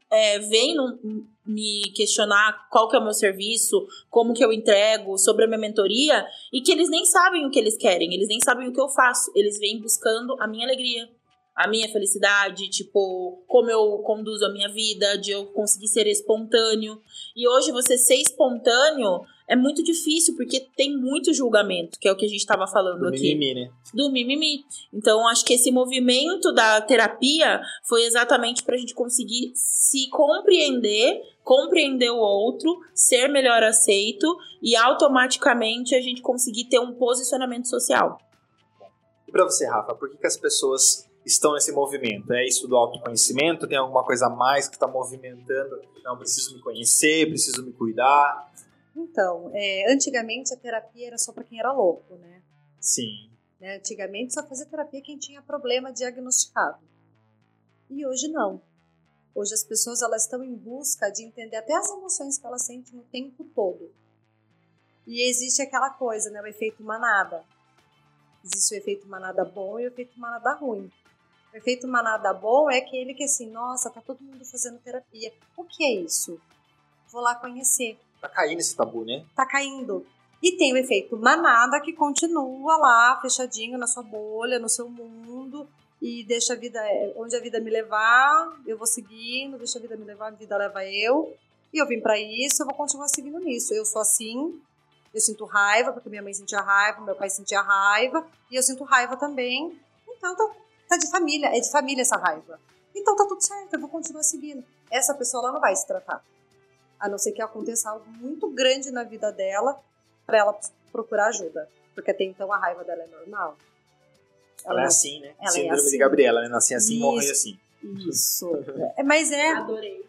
vêm me questionar qual que é o meu serviço, como que eu entrego, sobre a minha mentoria, e que eles nem sabem o que eles querem, eles nem sabem o que eu faço. Eles vêm buscando a minha alegria, a minha felicidade, tipo, como eu conduzo a minha vida, de eu conseguir ser espontâneo. E hoje você ser espontâneo é muito difícil, porque tem muito julgamento, que é o que a gente estava falando do aqui. Mimimi, né? Do mimimi. Então, acho que esse movimento da terapia foi exatamente para a gente conseguir se compreender o outro, ser melhor aceito e automaticamente a gente conseguir ter um posicionamento social. E pra você, Rafa, por que as pessoas estão nesse movimento? É isso do autoconhecimento? Tem alguma coisa a mais que está movimentando? Não, preciso me conhecer, preciso me cuidar? Então, antigamente a terapia era só para quem era louco, né? Sim. Antigamente só fazia terapia quem tinha problema diagnosticado. E hoje não. Hoje as pessoas elas estão em busca de entender até as emoções que elas sentem o tempo todo. E existe aquela coisa, né? O efeito manada. Existe o efeito manada bom e o efeito manada ruim. O efeito manada bom é aquele que assim, nossa, tá todo mundo fazendo terapia. O que é isso? Vou lá conhecer. Tá caindo esse tabu, né? Tá caindo. E tem o efeito manada que continua lá, fechadinho na sua bolha, no seu mundo, e deixa a vida, onde a vida me levar, eu vou seguindo, deixa a vida me levar, a vida leva eu, e eu vim pra isso, eu vou continuar seguindo nisso. Eu sou assim, eu sinto raiva, porque minha mãe sentia raiva, meu pai sentia raiva, e eu sinto raiva também, então tá de família, é de família essa raiva. Então tá tudo certo, eu vou continuar seguindo. Essa pessoa ela não vai se tratar. A não ser que aconteça algo muito grande na vida dela para ela procurar ajuda. Porque até então a raiva dela é normal. Ela é assim, né? Ela Síndrome é assim. de Gabriela, né? Nasci assim, Isso. morre assim. Isso. Mas é... Adorei.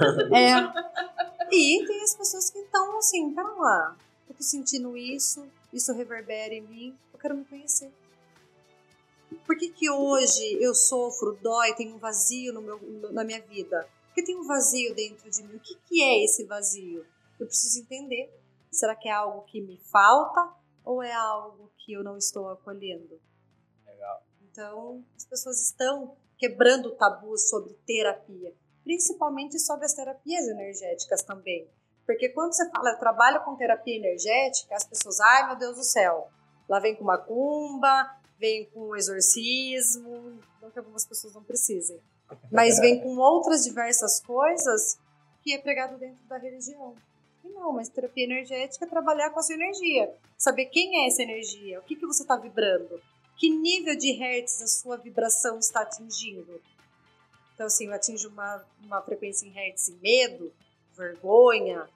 E tem as pessoas que estão assim, pera lá, eu tô sentindo isso reverbera em mim, eu quero me conhecer. Por que hoje eu sofro, dói, tenho um vazio na minha vida? Porque tem um vazio dentro de mim. O que é esse vazio? Eu preciso entender. Será que é algo que me falta ou é algo que eu não estou acolhendo? Legal. Então, as pessoas estão quebrando tabus sobre terapia, principalmente sobre as terapias energéticas também. Porque quando você fala, eu trabalho com terapia energética, as pessoas, ai meu Deus do céu, lá vem com macumba, vem com exorcismo, não que algumas pessoas não precisem, mas vem com outras diversas coisas que é pregado dentro da religião. E não, mas terapia energética é trabalhar com a sua energia, saber quem é essa energia, o que você está vibrando, que nível de hertz a sua vibração está atingindo. Então, assim, eu atinjo uma frequência em hertz em medo, vergonha,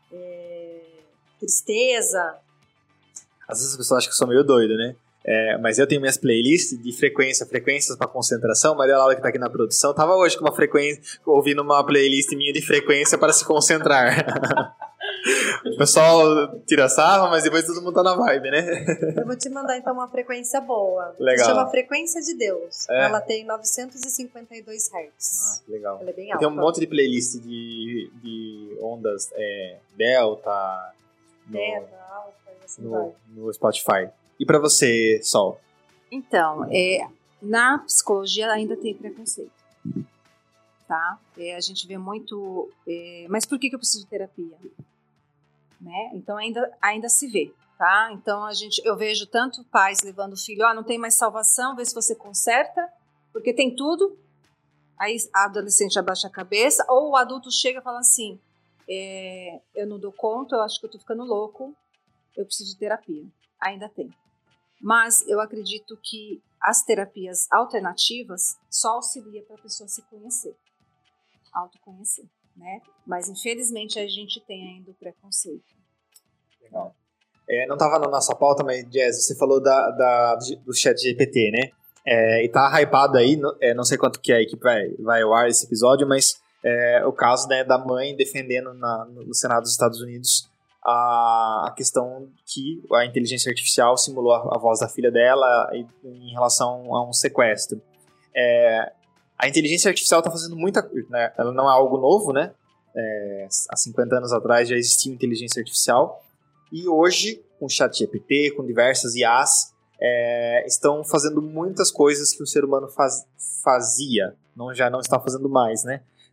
tristeza. Às vezes as pessoas acham que eu sou meio doido, né? Mas eu tenho minhas playlists de frequências para concentração. Maria Laura, que tá aqui na produção, tava hoje com uma frequência, ouvindo uma playlist minha de frequência para se concentrar. O pessoal tira sarro, mas depois todo mundo tá na vibe, né? Eu vou te mandar então uma frequência boa. Legal. Se chama Frequência de Deus. Ela tem 952 Hz. Legal. Ela é bem alta. Tem um monte de playlist de ondas delta, alta, e assim vai. no Spotify. E pra você, Sol? Então, na psicologia ainda tem preconceito, tá? A gente vê muito... mas por que eu preciso de terapia? Né? Então, ainda se vê, tá? Então, eu vejo tanto pais levando o filho, não tem mais salvação, vê se você conserta, porque tem tudo. Aí a adolescente abaixa a cabeça, ou o adulto chega e fala assim, eu não dou conta, eu acho que eu tô ficando louco, eu preciso de terapia. Ainda tem. Mas eu acredito que as terapias alternativas só auxiliam para a pessoa se conhecer, autoconhecer, né? Mas infelizmente a gente tem ainda o preconceito. Legal. Não estava na nossa pauta, mas Jazz, você falou do chat GPT, né? E tá hypado aí, não sei quanto que a equipe vai ao ar esse episódio, mas o caso, né, da mãe defendendo no Senado dos Estados Unidos a questão que a inteligência artificial simulou a voz da filha dela em relação a um sequestro. A inteligência artificial está fazendo muita coisa, né? Ela não é algo novo, né? Há 50 anos atrás já existia inteligência artificial e hoje, com o ChatGPT, com diversas IAs, estão fazendo muitas coisas que o ser humano fazia, já não está fazendo mais, né?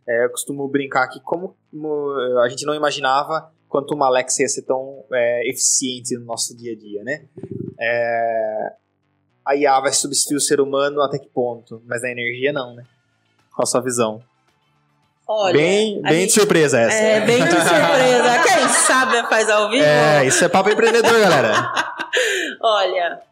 eu costumo brincar que como a gente não imaginava quanto uma Alexa ia ser tão eficiente no nosso dia a dia, né? A IA vai substituir o ser humano até que ponto? Mas na energia não, né? Qual a sua visão? Olha, bem de surpresa essa. Bem de surpresa. Quem sabe faz ao vivo. Isso é papo empreendedor, galera. Olha,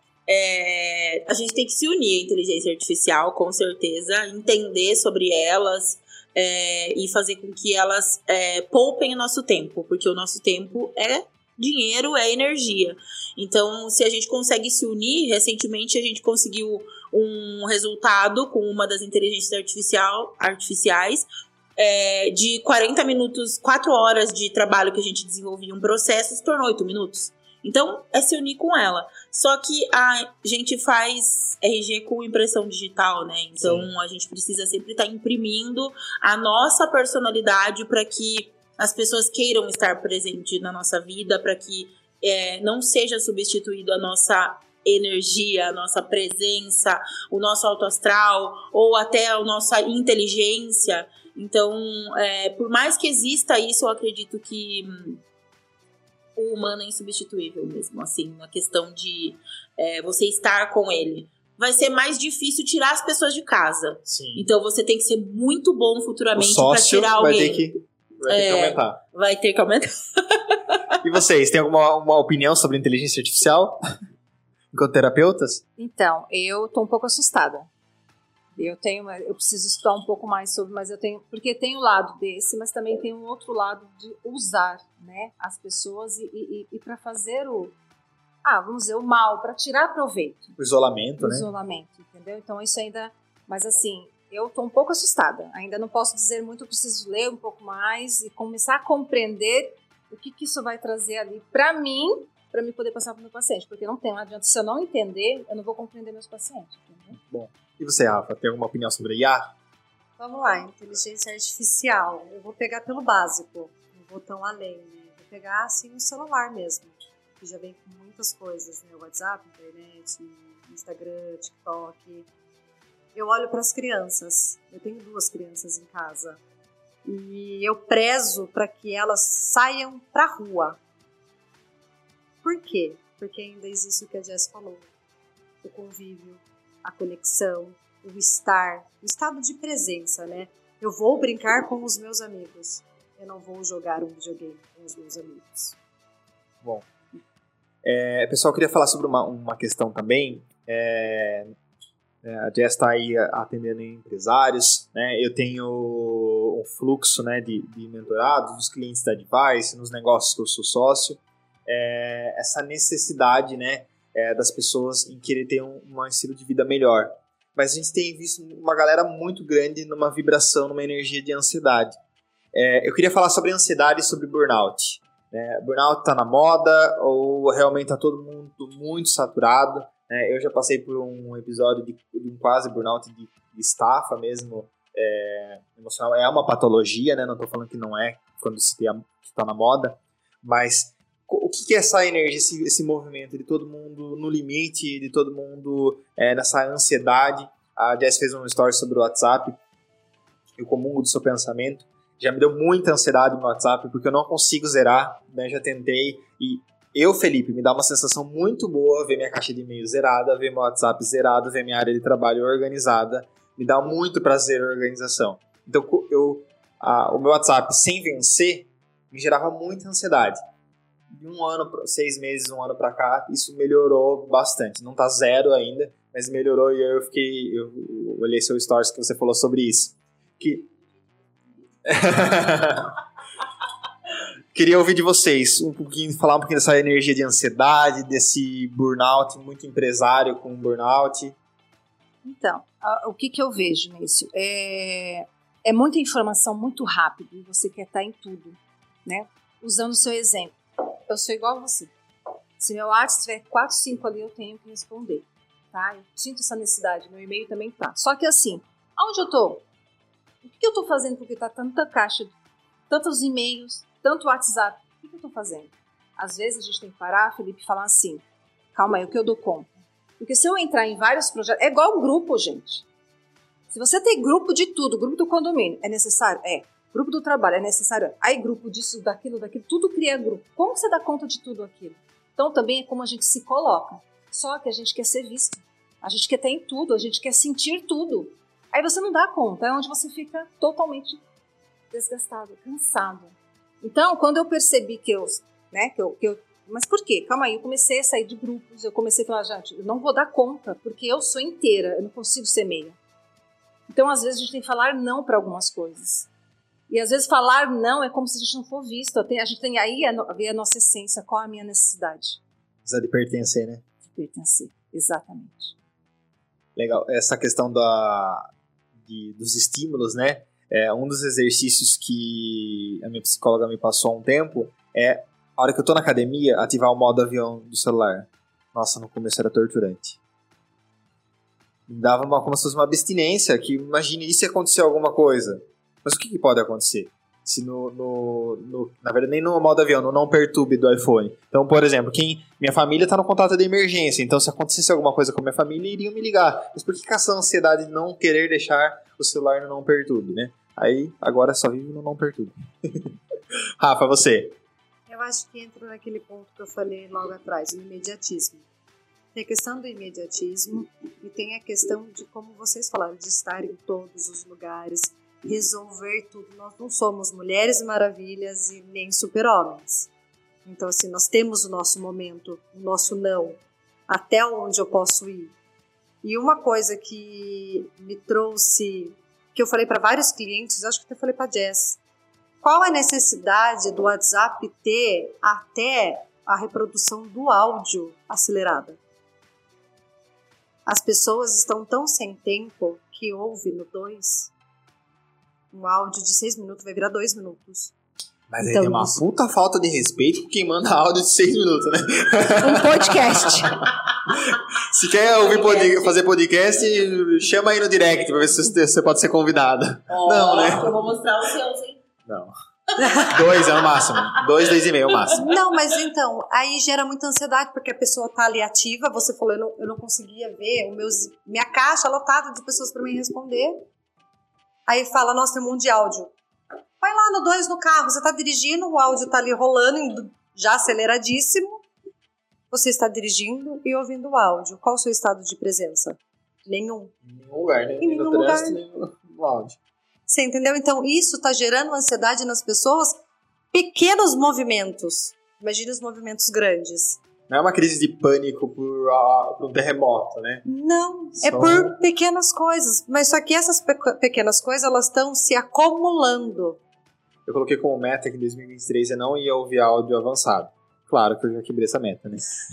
a gente tem que se unir à inteligência artificial, com certeza, entender sobre elas e fazer com que elas poupem o nosso tempo, porque o nosso tempo é dinheiro, é energia. Então, se a gente consegue se unir, recentemente a gente conseguiu um resultado com uma das inteligências artificiais, de 40 minutos, 4 horas de trabalho que a gente desenvolvia um processo, se tornou 8 minutos. Então, é se unir com ela. Só que a gente faz RG com impressão digital, né? Então, sim, a gente precisa sempre estar imprimindo a nossa personalidade para que as pessoas queiram estar presentes na nossa vida, para que não seja substituído a nossa energia, a nossa presença, o nosso alto astral ou até a nossa inteligência. Então, por mais que exista isso, eu acredito que o humano é insubstituível mesmo, assim, na questão de você estar com ele. Vai ser mais difícil tirar as pessoas de casa. Sim. Então, você tem que ser muito bom futuramente para tirar alguém. Vai ter que aumentar. Vai ter que aumentar. E vocês, tem alguma opinião sobre inteligência artificial? Enquanto terapeutas? Então, eu tô um pouco assustada. Eu preciso estudar um pouco mais sobre, porque tem o lado desse, mas também tem um outro lado de usar, né, as pessoas e para fazer vamos dizer, o mal, para tirar proveito. O isolamento, né? O isolamento, entendeu? Então isso ainda, mas assim, eu tô um pouco assustada. Ainda não posso dizer muito, eu preciso ler um pouco mais e começar a compreender o que isso vai trazer ali para mim poder passar para o meu paciente, porque não adianta, se eu não entender, eu não vou compreender meus pacientes, entendeu? Bom. E você, Rafa, tem alguma opinião sobre IA? Vamos lá, inteligência artificial. Eu vou pegar pelo básico, não vou tão além, né? Vou pegar, assim, o celular mesmo, que já vem com muitas coisas, né? WhatsApp, internet, Instagram, TikTok. Eu olho para as crianças. Eu tenho 2 crianças em casa. E eu prezo para que elas saiam para a rua. Por quê? Porque ainda existe o que a Jess falou. O convívio, a conexão, o estado de presença, né? Eu vou brincar com os meus amigos. Eu não vou jogar um videogame com os meus amigos. Bom. Pessoal, eu queria falar sobre uma questão também. A Jess está aí atendendo empresários, né? Eu tenho um fluxo, né, de mentorados, dos clientes da Advice, nos negócios que eu sou sócio. Essa necessidade, né, das pessoas em querer ter um estilo de vida melhor. Mas a gente tem visto uma galera muito grande numa vibração, numa energia de ansiedade. Eu queria falar sobre ansiedade e sobre burnout. Burnout está na moda ou realmente está todo mundo muito saturado? Eu já passei por um episódio de um quase burnout de estafa mesmo, emocional. É uma patologia, né? Não estou falando que não é, quando se está na moda, mas o que é essa energia, esse movimento de todo mundo no limite, de todo mundo nessa ansiedade? A Jess fez um story sobre o WhatsApp, eu comungo do seu pensamento. Já me deu muita ansiedade no WhatsApp, porque eu não consigo zerar, né? Já tentei, e Felipe, me dá uma sensação muito boa ver minha caixa de e-mail zerada, ver meu WhatsApp zerado, ver minha área de trabalho organizada. Me dá muito prazer a organização. Então, o meu WhatsApp sem vencer me gerava muita ansiedade. De 6 meses, 1 ano pra cá, isso melhorou bastante. Não tá zero ainda, mas melhorou, e eu olhei seu stories que você falou sobre isso. Queria ouvir de vocês falar um pouquinho dessa energia de ansiedade, desse burnout, muito empresário com burnout. Então, o que eu vejo nisso? É muita informação muito rápido e você quer estar em tudo, né? Usando o seu exemplo. Eu sou igual a você. Se meu WhatsApp tiver 4, 5 ali, eu tenho que responder, tá? Eu sinto essa necessidade, meu e-mail também tá. Só que assim, aonde eu tô? O que eu tô fazendo? Porque tá tanta caixa, tantos e-mails, tanto WhatsApp. O que eu tô fazendo? Às vezes a gente tem que parar, Felipe, e falar assim, calma aí, o que eu dou conta? Porque se eu entrar em vários projetos, é igual grupo, gente. Se você tem grupo de tudo, grupo do condomínio, é necessário? É. Grupo do trabalho, é necessário? Aí grupo disso, daquilo, tudo cria grupo. Como você dá conta de tudo aquilo? Então também é como a gente se coloca. Só que a gente quer ser visto. A gente quer ter em tudo, a gente quer sentir tudo. Aí você não dá conta, é onde você fica totalmente desgastado, cansado. Então, quando eu percebi mas por quê? Calma aí, eu comecei a sair de grupos, eu comecei a falar, gente, eu não vou dar conta, porque eu sou inteira, eu não consigo ser meia. Então, às vezes, a gente tem que falar não para algumas coisas. E, às vezes, falar não é como se a gente não for visto. A gente tem aí a nossa essência, qual é a minha necessidade. Precisa de pertencer, né? De pertencer, exatamente. Legal. Essa questão dos estímulos, né? Um dos exercícios que a minha psicóloga me passou há um tempo é, a hora que eu tô na academia, ativar o modo avião do celular. Nossa, no começo era torturante. Me dava como se fosse uma abstinência, que imagine se acontecer alguma coisa. Mas o que pode acontecer? Se na verdade, nem no modo avião, no não perturbe do iPhone. Então, por exemplo, minha família está no contato de emergência, então se acontecesse alguma coisa com a minha família, iriam me ligar. Mas por que essa ansiedade de não querer deixar o celular no não perturbe, né? Aí, agora só vive no não perturbe. Rafa, você? Eu acho que entra naquele ponto que eu falei logo atrás, o imediatismo. Tem a questão do imediatismo e tem a questão de, como vocês falaram, de estar em todos os lugares, resolver tudo. Nós não somos mulheres maravilhas e nem super-homens. Então, assim, nós temos o nosso momento, o nosso não, até onde eu posso ir. E uma coisa que me trouxe, que eu falei para vários clientes, acho que até falei para Jess, qual a necessidade do WhatsApp ter até a reprodução do áudio acelerada? As pessoas estão tão sem tempo que ouve no 2. Um áudio de 6 minutos vai virar 2 minutos. Mas então, aí tem uma puta falta de respeito com quem manda áudio de 6 minutos, né? Um podcast. Se quer fazer podcast, chama aí no direct pra ver se você pode ser convidada. Não, né? Eu vou mostrar os seus, hein? Não. 2 é o máximo. 2, 2,5 é o máximo. Não, mas então, aí gera muita ansiedade, porque a pessoa tá ali ativa, você falou, eu não conseguia ver minha caixa lotada de pessoas pra me responder. Aí fala, nossa, tem um monte de áudio. Vai lá no 2 no carro, você tá dirigindo, o áudio tá ali rolando, já aceleradíssimo. Você está dirigindo e ouvindo o áudio. Qual o seu estado de presença? Nenhum. Em nenhum lugar, né? Em nenhum lugar. Nem no áudio. Você entendeu? Então, isso está gerando ansiedade nas pessoas. Pequenos movimentos. Imagine os movimentos grandes. Não é uma crise de pânico por um terremoto, né? Não, é por pequenas coisas. Mas só que essas pequenas coisas, elas estão se acumulando. Eu coloquei como meta que em 2023 eu não ia ouvir áudio avançado. Claro que eu já quebrei essa meta, né?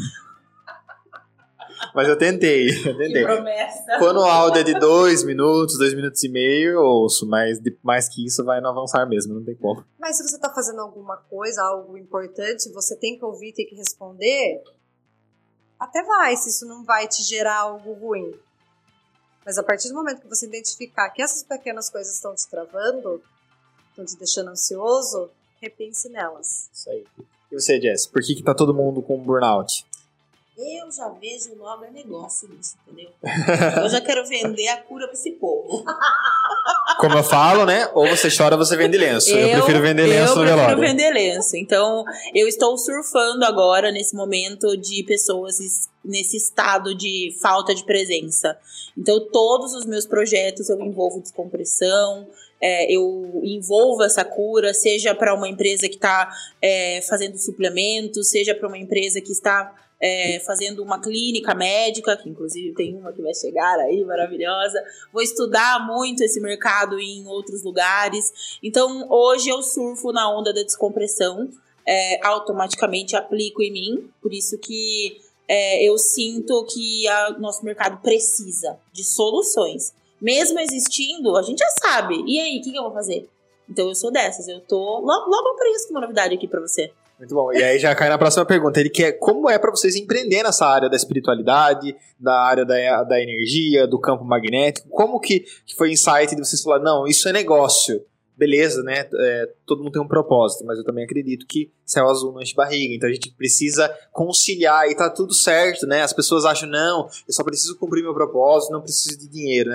Mas eu tentei. Que promessa. Quando o áudio é de 2 minutos, 2 minutos e meio, eu ouço. Mas mais que isso vai não avançar mesmo, não tem como. Mas se você está fazendo alguma coisa, algo importante, você tem que ouvir, tem que responder, até vai, se isso não vai te gerar algo ruim. Mas a partir do momento que você identificar que essas pequenas coisas estão te travando, estão te deixando ansioso, repense nelas. Isso aí. E você, Jess, por que tá todo mundo com burnout? Eu já vejo logo negócio nisso, entendeu? Eu já quero vender a cura pra esse povo. Como eu falo, né? Ou você chora ou você vende lenço. Eu prefiro vender lenço no velório. Eu prefiro vender lenço. Então, eu estou surfando agora, nesse momento, de pessoas nesse estado de falta de presença. Então, todos os meus projetos eu envolvo descompressão, eu envolvo essa cura, seja para uma empresa que está fazendo suplementos, seja para uma empresa que está fazendo uma clínica médica, que inclusive tem uma que vai chegar aí, maravilhosa. Vou estudar muito esse mercado em outros lugares. Então, hoje eu surfo na onda da descompressão, automaticamente aplico em mim, por isso que eu sinto que o nosso mercado precisa de soluções. Mesmo existindo, a gente já sabe. E aí, o que eu vou fazer? Então, eu sou dessas. Eu tô logo para isso, uma novidade aqui para você. Muito bom. E aí já cai na próxima pergunta. Como é para vocês empreender nessa área da espiritualidade, da área da energia, do campo magnético? Como que foi o insight de vocês falar, não, isso é negócio. Beleza, né? Todo mundo tem um propósito, mas eu também acredito que céu azul não enche barriga. Então a gente precisa conciliar e tá tudo certo, né? As pessoas acham, não, eu só preciso cumprir meu propósito, não preciso de dinheiro, né?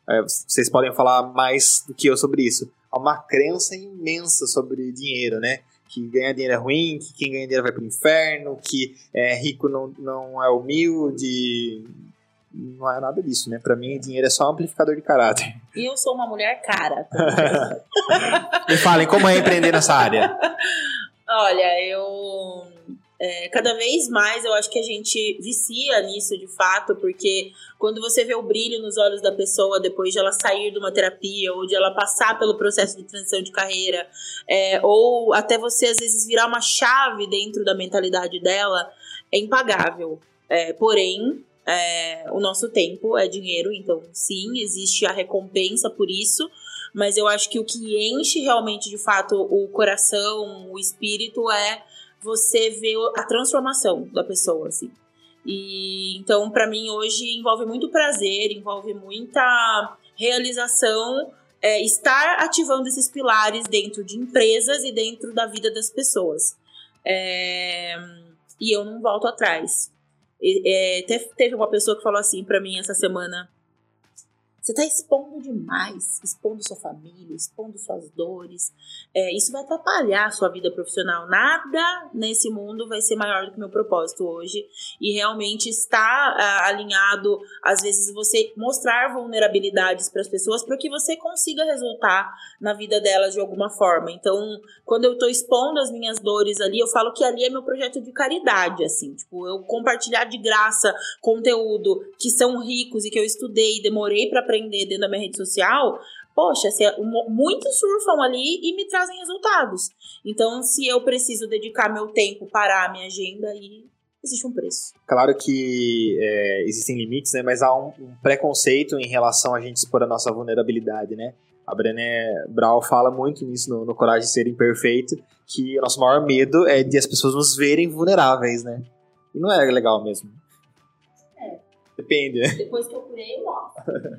vocês podem falar mais do que eu sobre isso. Há uma crença imensa sobre dinheiro, né? Que ganhar dinheiro é ruim, que quem ganha dinheiro vai pro inferno, que rico não é humilde. Não é nada disso, né? Pra mim, dinheiro é só um amplificador de caráter. E eu sou uma mulher cara. Me falem, como é empreender nessa área? Olha, cada vez mais eu acho que a gente vicia nisso de fato, porque quando você vê o brilho nos olhos da pessoa depois de ela sair de uma terapia ou de ela passar pelo processo de transição de carreira, ou até você às vezes virar uma chave dentro da mentalidade dela, é impagável. Porém, o nosso tempo é dinheiro, então sim, existe a recompensa por isso, mas eu acho que o que enche realmente de fato o coração, o espírito, é você ver a transformação da pessoa, assim. E então, pra mim, hoje envolve muito prazer, envolve muita realização, estar ativando esses pilares dentro de empresas e dentro da vida das pessoas. E eu não volto atrás. Teve uma pessoa que falou assim pra mim essa semana: você tá expondo demais, expondo sua família, expondo suas dores. Isso vai atrapalhar a sua vida profissional. Nada nesse mundo vai ser maior do que o meu propósito hoje. E realmente está alinhado, às vezes, você mostrar vulnerabilidades para as pessoas para que você consiga resultar na vida delas de alguma forma. Então, quando eu tô expondo as minhas dores ali, eu falo que ali é meu projeto de caridade, assim. Tipo, eu compartilhar de graça conteúdo que são ricos e que eu estudei e demorei para aprender dentro da minha rede social, poxa, muitos surfam ali e me trazem resultados. Então, se eu preciso dedicar meu tempo, parar a minha agenda, aí existe um preço. Claro que existem limites, né? Mas há um preconceito em relação a gente expor a nossa vulnerabilidade, né? A Brené Brown fala muito nisso no Coragem de Ser Imperfeito, que o nosso maior medo é de as pessoas nos verem vulneráveis, né? E não é legal mesmo. Depende. Depois que eu curei, eu mostro.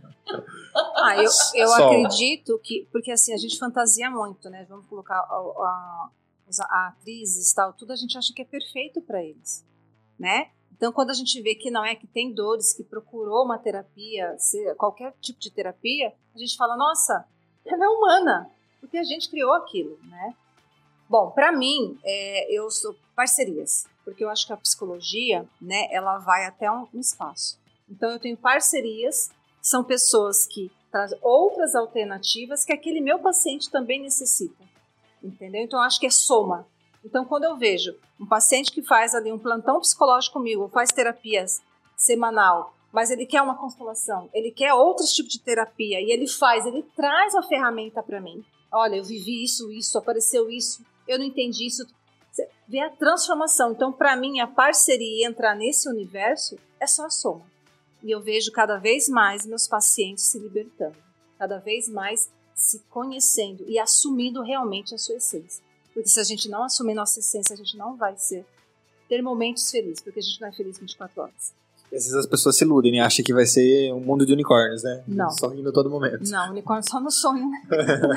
Eu acredito que... Porque assim, a gente fantasia muito, né? Vamos colocar a atrizes e tal, tudo a gente acha que é perfeito para eles, né? Então, quando a gente vê que não é, que tem dores, que procurou uma terapia, qualquer tipo de terapia, a gente fala, nossa, ela é humana, porque a gente criou aquilo, né? Bom, para mim, eu sou parcerias, porque eu acho que a psicologia, né, ela vai até um espaço. Então, eu tenho parcerias, são pessoas que trazem outras alternativas que aquele meu paciente também necessita, entendeu? Então, eu acho que é soma. Então, quando eu vejo um paciente que faz ali um plantão psicológico comigo, faz terapias semanal, mas ele quer uma constelação, ele quer outros tipos de terapia, e ele traz a ferramenta para mim. Olha, eu vivi isso, apareceu isso, eu não entendi isso. Você vê a transformação. Então, para mim, a parceria e entrar nesse universo é só a soma. E eu vejo cada vez mais meus pacientes se libertando, cada vez mais se conhecendo e assumindo realmente a sua essência. Porque se a gente não assumir nossa essência, a gente não vai ter momentos felizes, porque a gente não é feliz 24 horas. Às vezes as pessoas se iludem, né? Acham que vai ser um mundo de unicórnios, né? Não. Sorrindo a todo momento. Não, unicórnio só no sonho, né?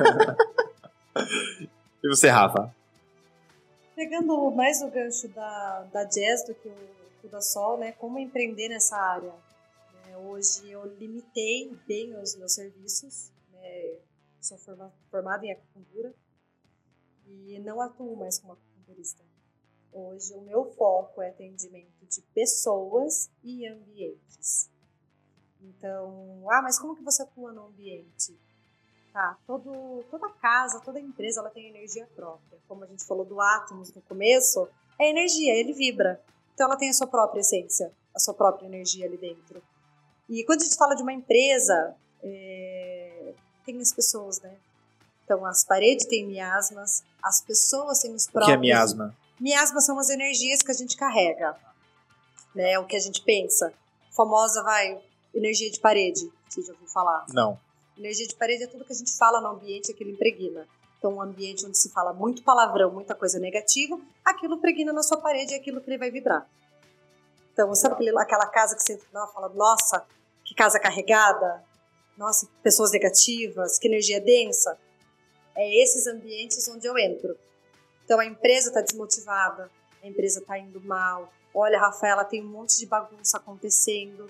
E você, Rafa? Pegando mais o gancho da Jazz do que o da Sol, né? Como empreender nessa área? Hoje eu limitei bem os meus serviços, né? Sou formada em acupuntura e não atuo mais como acupunturista. Hoje o meu foco é atendimento de pessoas e ambientes. Então, mas como que você atua no ambiente? Tá, toda casa, toda empresa, ela tem energia própria. Como a gente falou do átomos no começo, é energia, ele vibra. Então ela tem a sua própria essência, a sua própria energia ali dentro. E quando a gente fala de uma empresa, tem as pessoas, né? Então, as paredes têm miasmas, as pessoas têm os próprios... O que é miasma? Miasmas são as energias que a gente carrega, né? O que a gente pensa. Famosa, energia de parede, você já ouviu falar? Não. Energia de parede é tudo que a gente fala no ambiente, aquilo impregna. Então, um ambiente onde se fala muito palavrão, muita coisa negativa, aquilo impregna na sua parede e é aquilo que ele vai vibrar. Então, sabe aquela casa que você fala, nossa, que casa carregada, nossa, pessoas negativas, que energia densa? É esses ambientes onde eu entro. Então, a empresa está desmotivada, a empresa está indo mal. Olha, Rafaela, tem um monte de bagunça acontecendo.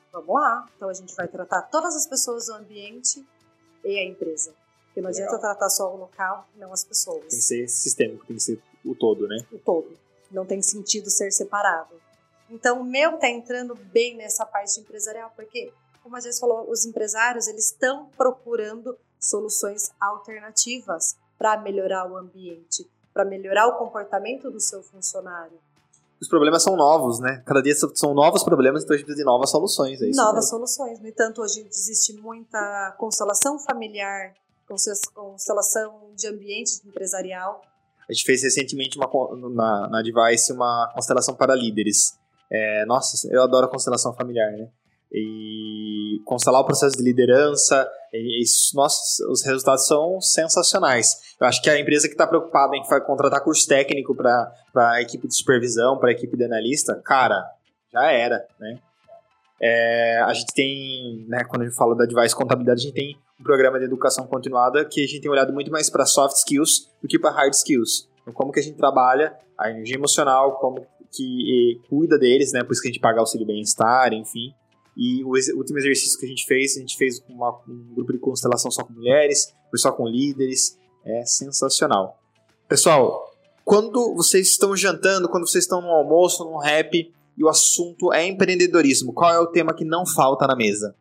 Vamos lá. Então a gente vai tratar todas as pessoas do ambiente e a empresa. Porque não adianta tratar só o local, não as pessoas. Tem que ser sistêmico, tem que ser o todo, né? O todo. Não tem sentido ser separado. Então o meu tá entrando bem nessa parte empresarial, porque, como a gente falou, os empresários, eles estão procurando soluções alternativas para melhorar o ambiente, para melhorar o comportamento do seu funcionário. Os problemas são novos, né? Cada dia são novos problemas, então a gente precisa de novas soluções. É isso Novas mesmo. soluções. No entanto, hoje existe muita constelação familiar, constelação de ambiente empresarial. A gente fez recentemente na Device uma constelação para líderes. Nossa, eu adoro a constelação familiar, né? E constelar o processo de liderança, nossa, os resultados são sensacionais. Eu acho que a empresa que está preocupada em contratar curso técnico para a equipe de supervisão, para a equipe de analista, cara, já era, né? A gente tem, né, quando a gente fala da Device Contabilidade, a gente tem um programa de educação continuada que a gente tem olhado muito mais para soft skills do que para hard skills. Então, como que a gente trabalha a energia emocional, como que cuida deles, né? Por isso que a gente paga auxílio bem-estar, enfim. E o último exercício que a gente fez com um grupo de constelação só com mulheres, foi só com líderes. É sensacional. Pessoal, quando vocês estão jantando, quando vocês estão no almoço, num happy, e o assunto é empreendedorismo, qual é o tema que não falta na mesa?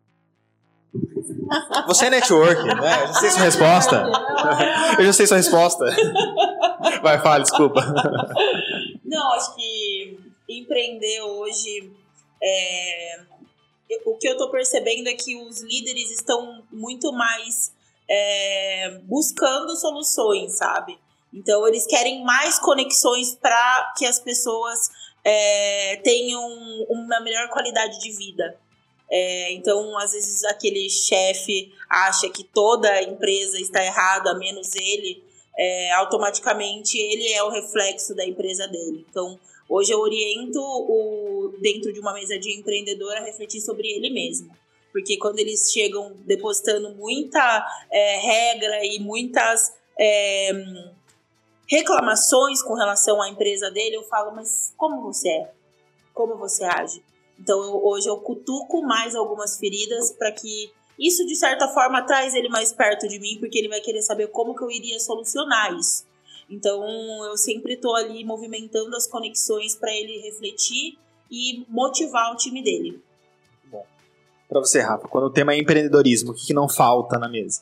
Você é network, né? Eu já sei sua resposta. Eu já sei sua resposta. Vai, fala, desculpa. Não, acho que empreender hoje... O que eu tô percebendo é que os líderes estão muito mais buscando soluções, sabe? Então, eles querem mais conexões para que as pessoas tenham uma melhor qualidade de vida. Então, às vezes, aquele chefe acha que toda a empresa está errada, menos ele, automaticamente ele é o reflexo da empresa dele. Então, hoje eu oriento dentro de uma mesa de empreendedor a refletir sobre ele mesmo. Porque quando eles chegam depositando muita regra e muitas reclamações com relação à empresa dele, eu falo, mas como você é? Como você age? Então hoje eu cutuco mais algumas feridas para que isso de certa forma traz ele mais perto de mim, porque ele vai querer saber como que eu iria solucionar isso. Então, eu sempre estou ali movimentando as conexões para ele refletir e motivar o time dele. Bom, para você, Rafa, quando o tema é empreendedorismo, o que não falta na mesa?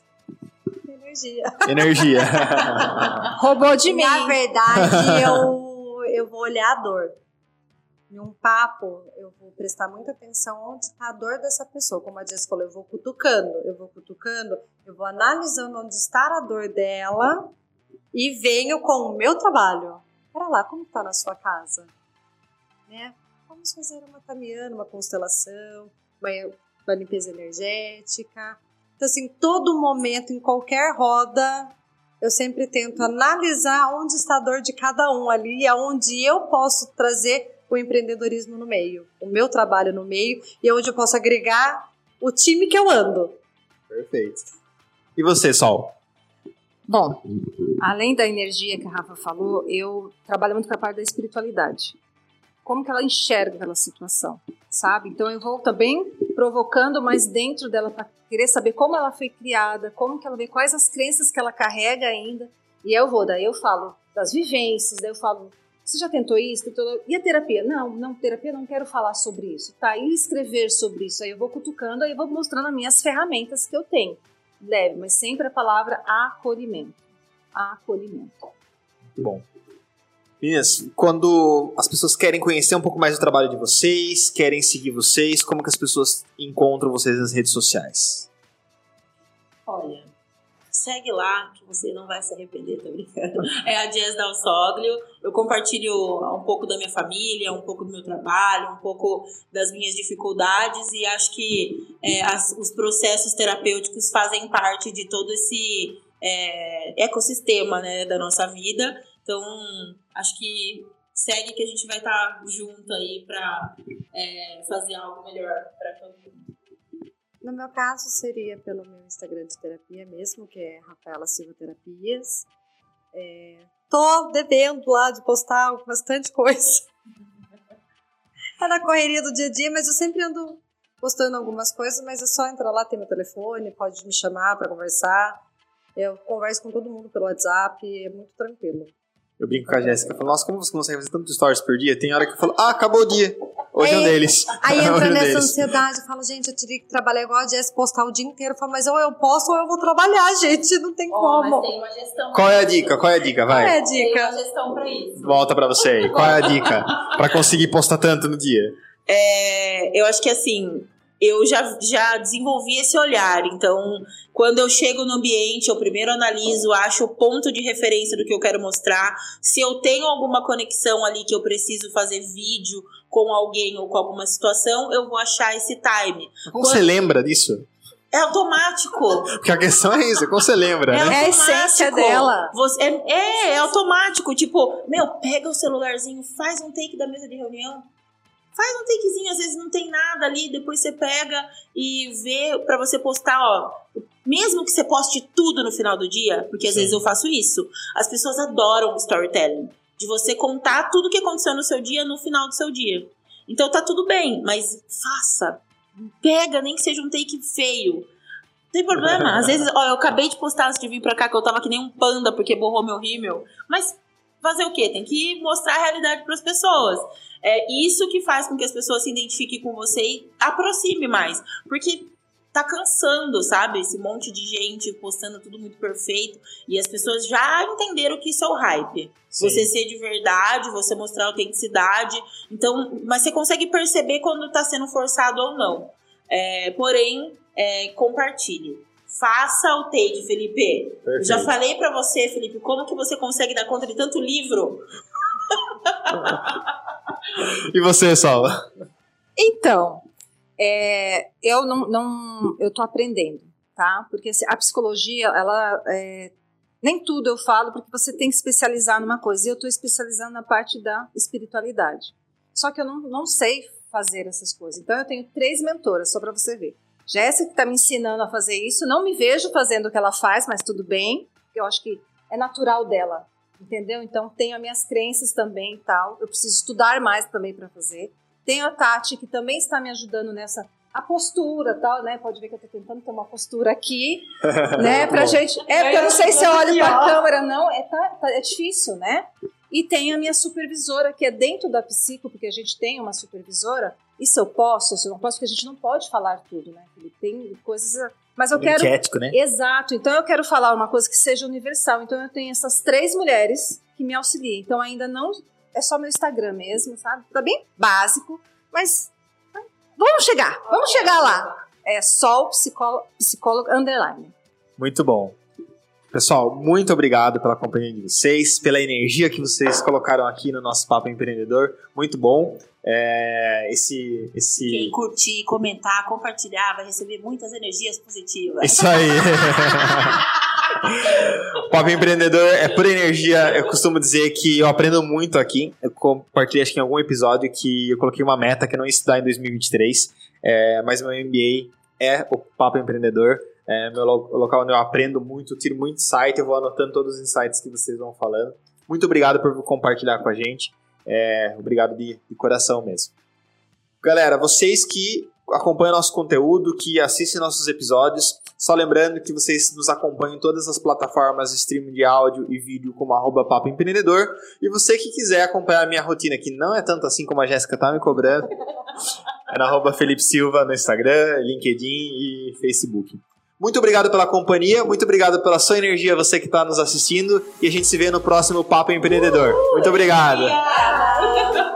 Energia. Roubou de mim. Na verdade, eu vou olhar a dor. Em um papo, eu vou prestar muita atenção onde está a dor dessa pessoa. Como a Jess falou, eu vou cutucando, eu vou analisando onde está a dor dela e venho com o meu trabalho. Pera lá, como está na sua casa? Né? Vamos fazer uma tamiana, uma constelação, uma limpeza energética. Então, assim, todo momento, em qualquer roda, eu sempre tento analisar onde está a dor de cada um ali e aonde eu posso trazer o empreendedorismo no meio, o meu trabalho no meio e onde eu posso agregar o time que eu ando. Perfeito. E você, Sol? Bom, além da energia que a Rafa falou, eu trabalho muito com a parte da espiritualidade. Como que ela enxerga aquela situação, sabe? Então eu vou também provocando mais dentro dela para querer saber como ela foi criada, como que ela vê, quais as crenças que ela carrega ainda. E daí eu falo das vivências, daí eu falo, você já tentou isso? E a terapia? Não, terapia não quero falar sobre isso. Tá, e escrever sobre isso? Aí eu vou cutucando, aí eu vou mostrando as minhas ferramentas que eu tenho. Leve, mas sempre a palavra acolhimento. Acolhimento. Bom. Meninas, quando as pessoas querem conhecer um pouco mais do trabalho de vocês, querem seguir vocês, como que as pessoas encontram vocês nas redes sociais? Olha, segue lá que você não vai se arrepender, tô brincando. É a Jess Dalsoglio. Eu compartilho um pouco da minha família, um pouco do meu trabalho, um pouco das minhas dificuldades e acho que os processos terapêuticos fazem parte de todo esse ecossistema, né, da nossa vida. Então, acho que segue que a gente vai estar junto aí para fazer algo melhor para todo mundo. No meu caso, seria pelo meu Instagram de terapia mesmo, que é Rafaela Silva Terapias. Tô devendo lá de postar bastante coisa. Tá na correria do dia a dia, mas eu sempre ando postando algumas coisas, mas é só entrar lá, tem meu telefone, pode me chamar para conversar. Eu converso com todo mundo pelo WhatsApp, é muito tranquilo. Eu brinco com a Jéssica, eu falo, nossa, como você consegue fazer tantos stories por dia? Tem hora que eu falo, acabou o dia. Hoje é um deles. Aí entra nessa ansiedade, eu falo, gente, eu teria que trabalhar igual a Jéssica, postar o dia inteiro. Eu falo, mas ou eu posto ou eu vou trabalhar, gente, não tem como. Mas tem uma gestão. Qual é a dica? Vai. Qual é a dica? Tem uma gestão pra isso. Volta pra você aí. Qual é a dica pra conseguir postar tanto no dia? Eu acho que assim, eu já desenvolvi esse olhar. Então, quando eu chego no ambiente, eu primeiro analiso, acho o ponto de referência do que eu quero mostrar. Se eu tenho alguma conexão ali que eu preciso fazer vídeo com alguém ou com alguma situação, eu vou achar esse time. Como você lembra disso? É automático. Porque a questão é isso, como você lembra, né? É a essência dela. É automático. Tipo, pega o celularzinho, faz um take da mesa de reunião. Faz um takezinho, às vezes não tem nada ali, depois você pega e vê pra você postar, mesmo que você poste tudo no final do dia, porque às vezes eu faço isso, as pessoas adoram storytelling, de você contar tudo que aconteceu no seu dia no final do seu dia. Então tá tudo bem, mas faça. Pega, nem que seja um take feio. Não tem problema. Às vezes, eu acabei de postar antes de vir pra cá que eu tava que nem um panda porque borrou meu rímel, mas fazer o quê? Tem que mostrar a realidade pras pessoas. É isso que faz com que as pessoas se identifiquem com você e aproxime mais. Porque tá cansando, sabe? Esse monte de gente postando tudo muito perfeito. E as pessoas já entenderam que isso é o hype. Sim. Você ser de verdade, você mostrar autenticidade. Então, mas você consegue perceber quando tá sendo forçado ou não. Porém, compartilhe. Faça o take, Felipe. Perfeito. Eu já falei pra você, Felipe, como que você consegue dar conta de tanto livro? E você, Sol? Então, eu tô aprendendo, tá? Porque assim, a psicologia, ela nem tudo eu falo, porque você tem que especializar numa coisa. E eu tô especializando na parte da espiritualidade. Só que eu não sei fazer essas coisas. Então, eu tenho 3 mentoras, só para você ver. Jéssica, que tá me ensinando a fazer isso. Não me vejo fazendo o que ela faz, mas tudo bem. Eu acho que é natural dela. Entendeu? Então, tenho as minhas crenças também e tal. Eu preciso estudar mais também para fazer. Tenho a Tati, que também está me ajudando nessa... A postura e tal, né? Pode ver que eu tô tentando ter uma postura aqui, né? Pra gente... porque eu não sei se eu olho pra câmera, não. É difícil, né? E tenho a minha supervisora, que é dentro da psico, porque a gente tem uma supervisora. Isso eu posso, se eu não posso, porque a gente não pode falar tudo, né? Tem coisas... Mas eu quero... ético, né? Exato. Então, eu quero falar uma coisa que seja universal. Então, eu tenho essas 3 mulheres que me auxiliam. Então, ainda não... É só meu Instagram mesmo, sabe? Tá bem básico, mas... Vamos chegar lá. É Sol Psicólogo _. Muito bom. Pessoal, muito obrigado pela companhia de vocês, pela energia que vocês colocaram aqui no nosso Papo Empreendedor. Muito bom. Quem curtir, comentar, compartilhar, vai receber muitas energias positivas. Isso aí. O Papo Empreendedor é pura energia. Eu costumo dizer que eu aprendo muito aqui. Eu compartilhei, acho que em algum episódio, que eu coloquei uma meta que eu não ia estudar em 2023. Mas meu MBA é o Papo Empreendedor. Meu local onde eu aprendo muito, tiro muito insight. Eu vou anotando todos os insights que vocês vão falando. Muito obrigado por compartilhar com a gente. Obrigado de coração mesmo. Galera, vocês que acompanham nosso conteúdo, que assistem nossos episódios, só lembrando que vocês nos acompanham em todas as plataformas de streaming de áudio e vídeo como @Papo Empreendedor. E você que quiser acompanhar a minha rotina, que não é tanto assim como a Jéssica tá me cobrando, é na @Felipe Silva no Instagram, LinkedIn e Facebook. Muito obrigado pela companhia, muito obrigado pela sua energia, você que está nos assistindo, e a gente se vê no próximo Papo Empreendedor. Muito obrigado! Obrigada.